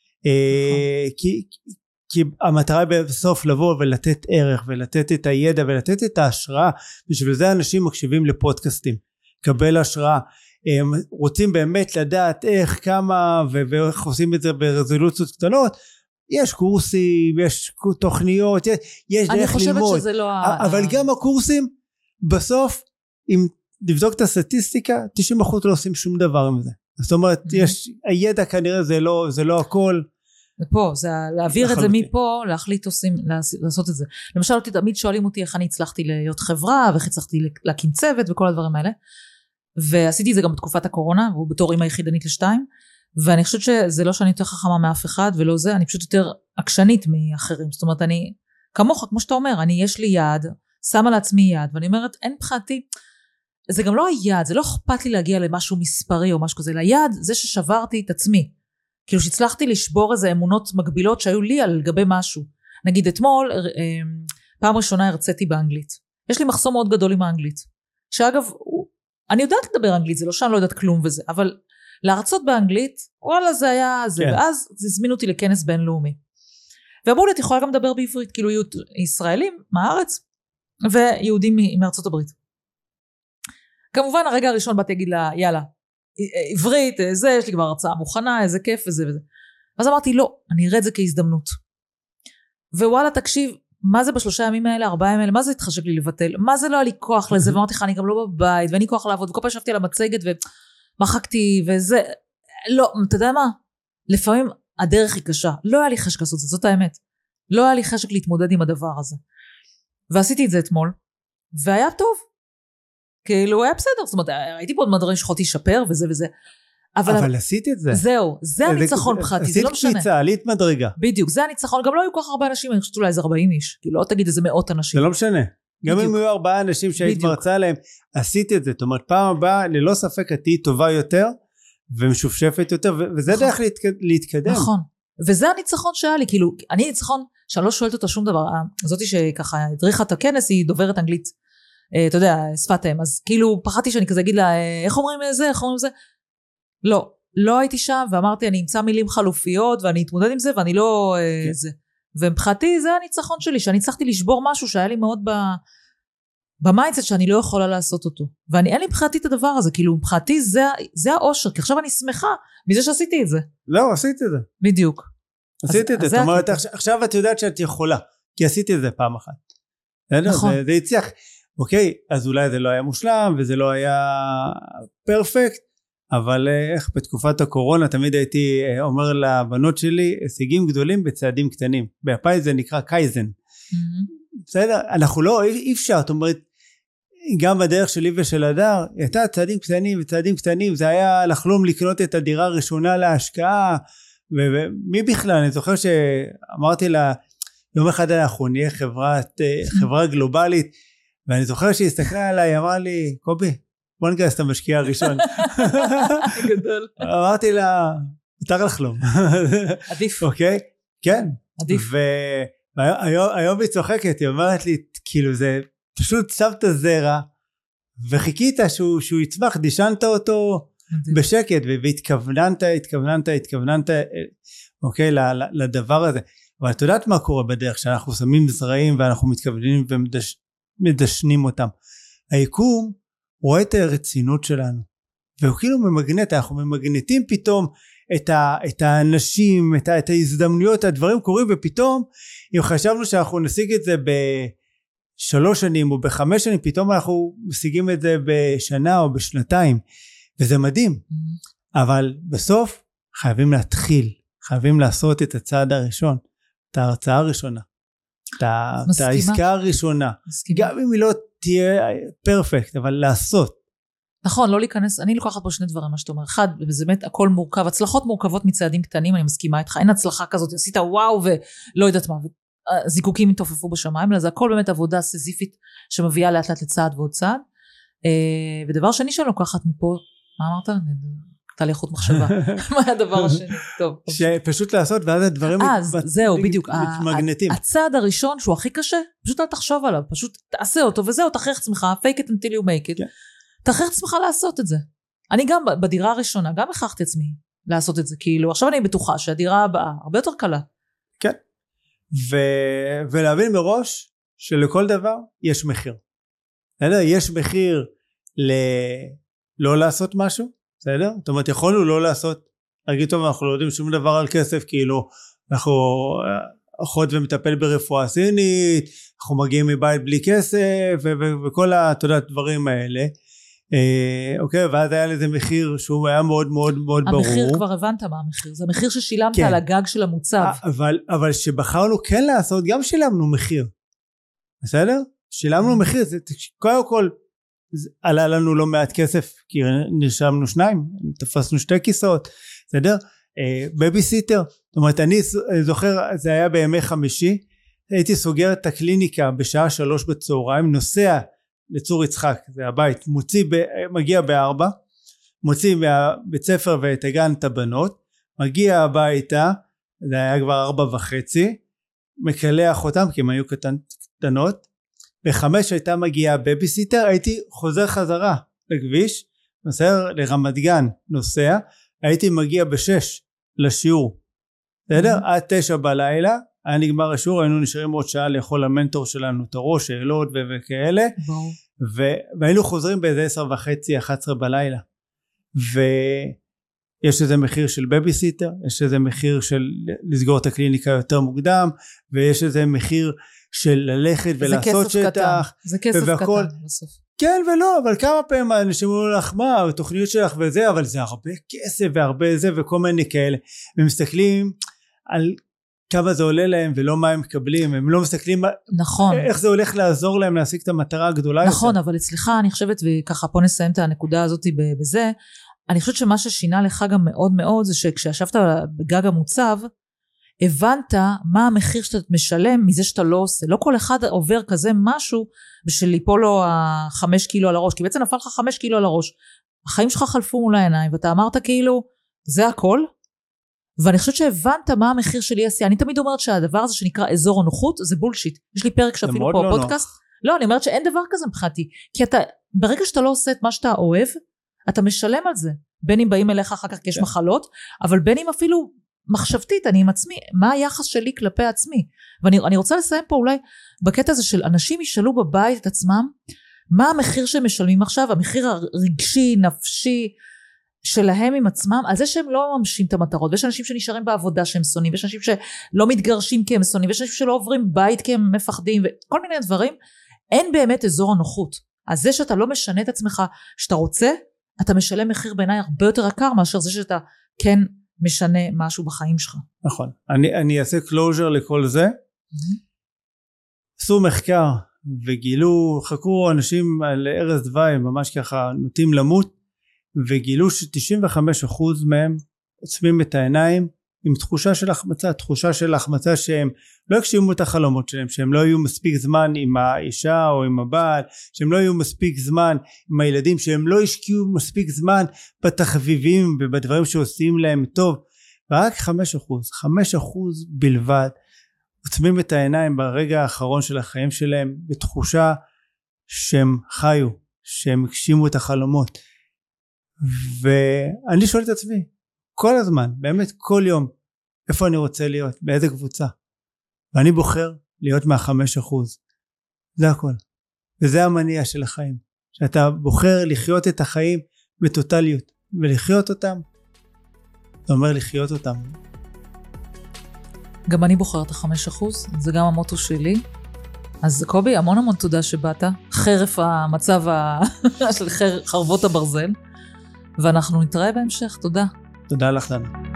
כי, כי המטרה היא בסוף לבוא ולתת ערך ולתת את הידע ולתת את ההשראה, בשביל זה אנשים מקשיבים לפודקאסטים, קבל השראה, הם רוצים באמת לדעת איך, כמה ואיך עושים את זה ברזולוציות קטנות, יש קורסים, יש תוכניות, יש, יש דרך ללמוד. אני חושבת שזה לא... אבל גם הקורסים, בסוף, אם נבדוק את הסטטיסטיקה, תשעים אחוז לא עושים שום דבר עם זה. זאת אומרת, יש, הידע כנראה זה לא, זה לא הכל. ופה, זה להעביר את זה מפה, להחליט עושים, לעשות את זה. למשל, אותי תמיד שואלים אותי איך אני הצלחתי להיות חברה, ואיך הצלחתי להקים צוות וכל הדברים האלה. ועשיתי את זה גם בתקופת הקורונה, והוא בתור אמא יחידנית לשתיים, ואני חושבת שזה לא שאני יותר חכמה מאף אחד, ולא זה, אני פשוט יותר עקשנית מאחרים. זאת אומרת, אני, כמוך, כמו שאתה אומר, אני, יש לי יעד, שמה לעצמי יעד, ואני אומרת, אין מבחינתי, זה גם לא היעד, זה לא אכפת לי להגיע למשהו מספרי או משהו כזה, ליעד זה ששברתי את עצמי. כאילו שהצלחתי לשבור איזה אמונות מגבילות שהיו לי על גבי משהו. נגיד אתמול, פעם ראשונה הרציתי באנגלית. יש לי מחסום מאוד גדול עם האנגלית. שאגב, אני יודעת לדבר אנגלית, זה לא שאני לא יודעת כלום וזה, אבל להרצות באנגלית, וואלה זה היה זה, כן. ואז זה הזמינו אותי לכנס בינלאומי. ואמרו לי, את יכולה גם לדבר בעברית, כאילו יהיו ישראלים מהארץ, ויהודים מארצות הברית. כמובן הרגע הראשון באתי להגיד לה, יאללה, עברית, זה, יש לי כבר הרצאה מוכנה, איזה כיף וזה וזה. אז אמרתי, לא, אני אראה את זה כהזדמנות. ווואלה, תקשיב, מה זה בשלושה ימים האלה, ארבעה ימים האלה, מה זה התחשק לי לבטל? מה זה לא היה לי כוח לזה? ואמרתי לך, אני גם לא בבית, ואין לי כוח לעבוד, וכל פעם ישבתי על המצגת ומחקתי, וזה, לא, אתה יודע מה? לפעמים הדרך היא קשה. לא היה לי חשק לעשות את זה, זאת האמת. לא היה לי חשק להתמודד עם הדבר הזה. ועשיתי את זה אתמול, והיה טוב. כאילו, היה בסדר. זאת אומרת, הייתי פה עוד מדברים שיכולתי לשפר, וזה וזה. אבל, אבל עשית את זה. זהו, זה הניצחון מבחינתי, זה לא משנה. עשית קפיצה, עלית מדרגה. בדיוק, זה הניצחון. גם לא היו כל כך הרבה אנשים, אני חושבת אולי איזה ארבעים איש. כאילו, לא תגיד איזה מאות אנשים. זה לא משנה. גם אם היו ארבעה אנשים שהיית מרצה להם, עשית את זה. זאת אומרת, פעם הבאה, ללא ספק, את תהיי טובה יותר, ומשופשפת יותר, וזה דרך להתקדם. נכון. וזה הניצחון שהיה לי, כאילו, אני ניצחון שאני לא שואלת אותה שום דבר. זאתי שככה הדריכה את הכנס, היא דוברת אנגלית, אתה יודע, שפת אם. אז כאילו, פחדתי שאני כזה אגיד לה, איך אומרים זה, איך אומרים זה? לא, לא הייתי שם, ואמרתי, אני אמצא מילים חלופיות, ואני אתמודד עם זה, ואני לא כן. זה. ומבחינתי, זה הניצחון שלי, שאני הצלחתי לשבור משהו שהיה לי מאוד ב... במיינדסט שאני לא יכולה לעשות אותו. ואני, אין לי מבחינתי את הדבר הזה, כאילו, מבחינתי זה, זה האושר, כי עכשיו אני שמחה מזה שעשיתי את זה. לא, עשיתי את זה. בדיוק. עשיתי את זה, זאת אומרת, עכשיו את יודעת שאת יכולה, כי עשיתי את זה פעם אחת. נכון. זה, זה יצליח. אוקיי, אז אולי זה לא היה מושלם, וזה לא היה פרפקט, אבל איך בתקופת הקורונה תמיד הייתי אומר לבנות שלי, הישגים גדולים בצעדים קטנים. ביפאית זה נקרא קייזן. בסדר? אנחנו לא, אי אפשר, זאת אומרת, גם בדרך שלי ושל הדר, הייתה צעדים קטנים וצעדים קטנים, זה היה לחלום לקנות את הדירה הראשונה להשקעה, ומי בכלל, אני זוכר שאמרתי לה, יום אחד אנחנו נהיה חברת, חברה גלובלית, ואני זוכר שהיא הסתכלה עליי, אמרה לי, קובי, בוא נגייס את המשקיע הראשון. גדול. אמרתי לה, מותר לחלום. עדיף. אוקיי? כן. עדיף. והיום היא צוחקת, היא אומרת לי, כאילו זה, פשוט שמת זרע, וחיכית שהוא, שהוא יצמח, דישנת אותו בשקט, והתכווננת, התכווננת, התכווננת, אוקיי, לדבר הזה. אבל את יודעת מה קורה בדרך, שאנחנו שמים זרעים, ואנחנו מתכוונים ומדשנים אותם. היקום רואה את הרצינות שלנו, והוא כאילו ממגנט, אנחנו ממגנטים פתאום את, ה, את האנשים, את, ה, את ההזדמנויות, הדברים קורים, ופתאום אם חשבנו שאנחנו נשיג את זה בשלוש שנים או בחמש שנים, פתאום אנחנו משיגים את זה בשנה או בשנתיים, וזה מדהים. Mm-hmm. אבל בסוף חייבים להתחיל, חייבים לעשות את הצעד הראשון, את ההרצאה הראשונה, את, את העסקה הראשונה, מסכימה. גם אם היא לא תהיה פרפקט, אבל לעשות. נכון, לא להיכנס, אני לוקחת פה שני דברים, מה שאתה אומר. אחד, וזה באמת הכל מורכב, הצלחות מורכבות מצעדים קטנים, אני מסכימה איתך, אין הצלחה כזאת, עשית וואו ולא יודעת מה, זיקוקים מתעופפו בשמיים, אלא זה הכל באמת עבודה סזיפית, שמביאה לאט לאט לצעד ועוד צעד. ודבר שני שאני לוקחת מפה, מה אמרת? הייתה לי איכות מחשבה. מה הדבר השני? טוב. שפשוט לעשות, ואז הדברים מתמגנטים. הצעד הראשון שהוא הכי קשה, פשוט אל תחשוב עליו, פשוט תעשה אותו, וזהו, תכריח עצמך, fake it until you make it. תכריח עצמך לעשות את זה. אני גם בדירה הראשונה, גם הכרחתי עצמי לעשות את זה, כאילו, עכשיו אני בטוחה שהדירה הבאה הרבה יותר קלה. כן. ולהבין מראש שלכל דבר יש מחיר. יש מחיר לא לעשות משהו, בסדר? זאת אומרת, יכולנו לא לעשות, להגיד טוב, אנחנו לא יודעים שום דבר על כסף, כאילו, אנחנו אחות ומטפל ברפואה סינית, אנחנו מגיעים מבית בלי כסף, וכל הדברים האלה, אוקיי, ואז היה לזה מחיר שהוא היה מאוד מאוד מאוד ברור. המחיר כבר הבנת מה המחיר, זה מחיר ששילמת על הגג של המוצב. אבל שבחרנו כן לעשות, גם שילמנו מחיר, בסדר? שילמנו מחיר, קודם כל, עלה לנו לא מעט כסף, כי נרשמנו שניים, תפסנו שתי כיסאות, בסדר? בייביסיטר, זאת אומרת, אני זוכר, זה היה בימי חמישי, הייתי סוגר את הקליניקה בשעה שלוש בצהריים, נוסע לצור יצחק, זה הבית, מוציא, מגיע בארבע, מוציא מהבית ספר ואת הגן את הבנות, מגיע הביתה, זה היה כבר ארבע וחצי, מקלח אותם, כי הם היו קטנות, בחמש הייתה מגיעה בייביסיטר, הייתי חוזר חזרה לכביש, נוסע לרמת גן, נוסע, הייתי מגיע בשש לשיעור, בסדר? Mm-hmm. עד תשע בלילה, היה נגמר השיעור, היינו נשארים עוד שעה לאכול למנטור שלנו את הראש, שאלות ו- וכאלה, wow. ו- והיינו חוזרים באיזה עשר וחצי, אחת עשרה בלילה, ויש איזה מחיר של בייביסיטר, יש איזה מחיר של לסגור את הקליניקה יותר מוקדם, ויש איזה מחיר של ללכת ולעשות שטח, זה כסף והכל, קטן בסוף. כן ולא, אבל כמה פעמים אנשים אומרים לך מה, התוכניות שלך וזה, אבל זה הרבה כסף והרבה זה וכל מיני כאלה, ומסתכלים על כמה זה עולה להם ולא מה הם מקבלים, הם לא מסתכלים נכון. איך זה הולך לעזור להם להשיג את המטרה הגדולה נכון, יותר. אבל אצלך אני חושבת, וככה פה נסיים את הנקודה הזאת בזה, אני חושבת שמה ששינה לך גם מאוד מאוד, זה שכשישבת בגג המוצב, הבנת מה המחיר שאתה משלם מזה שאתה לא עושה. לא כל אחד עובר כזה משהו בשביל ליפול לו החמש קילו על הראש, כי בעצם נפל לך חמש קילו על הראש. החיים שלך חלפו מול העיניים, ואתה אמרת כאילו, זה הכל? ואני חושבת שהבנת מה המחיר שלי עשייה. אני תמיד אומרת שהדבר הזה שנקרא אזור הנוחות, זה בולשיט. יש לי פרק שאפילו פה לא בפודקאסט. לא, אני אומרת שאין דבר כזה מבחינתי. כי אתה, ברגע שאתה לא עושה את מה שאתה אוהב, אתה משלם על זה. בין אם באים אליך אחר כך כי יש מחלות, אבל בין אם אפילו מחשבתית, אני עם עצמי, מה היחס שלי כלפי עצמי? ואני אני רוצה לסיים פה אולי בקטע הזה של אנשים ישאלו בבית את עצמם, מה המחיר שהם משלמים עכשיו, המחיר הרגשי, נפשי, שלהם עם עצמם, על זה שהם לא ממשים את המטרות, ויש אנשים שנשארים בעבודה שהם שונאים, ויש אנשים שלא מתגרשים כי הם שונאים, ויש אנשים שלא עוברים בית כי הם מפחדים, וכל מיני דברים, אין באמת אזור הנוחות. אז זה שאתה לא משנה את עצמך, שאתה רוצה, אתה משלם מחיר בעיניי הרבה יותר יקר, מאשר זה שאתה כן משנה משהו בחיים שלך. נכון. אני, אני אעשה closure לכל זה. Mm-hmm. עשו מחקר, וגילו, חקרו אנשים על ערש דווי, ממש ככה נוטים למות, וגילו ש-תשעים וחמישה אחוז מהם עוצמים את העיניים עם תחושה של החמצה, תחושה של החמצה שהם לא הגשימו את החלומות שלהם, שהם לא היו מספיק זמן עם האישה או עם הבעל, שהם לא היו מספיק זמן עם הילדים, שהם לא השקיעו מספיק זמן בתחביבים ובדברים שעושים להם טוב, ורק חמישה אחוז, חמישה אחוז בלבד עוצמים את העיניים ברגע האחרון של החיים שלהם בתחושה שהם חיו, שהם הגשימו את החלומות. ואני שואל את עצמי כל הזמן, באמת כל יום, איפה אני רוצה להיות, באיזה קבוצה, ואני בוחר להיות מהחמש אחוז. זה הכל, וזה המניע של החיים, שאתה בוחר לחיות את החיים בטוטליות, ולחיות אותם זה אומר לחיות אותם. גם אני בוחרת החמש אחוז, זה גם המוטו שלי. אז קובי, המון המון תודה שבאת, חרף המצב של חרבות הברזל, ואנחנו נתראה בהמשך. תודה. תודה לך דנה.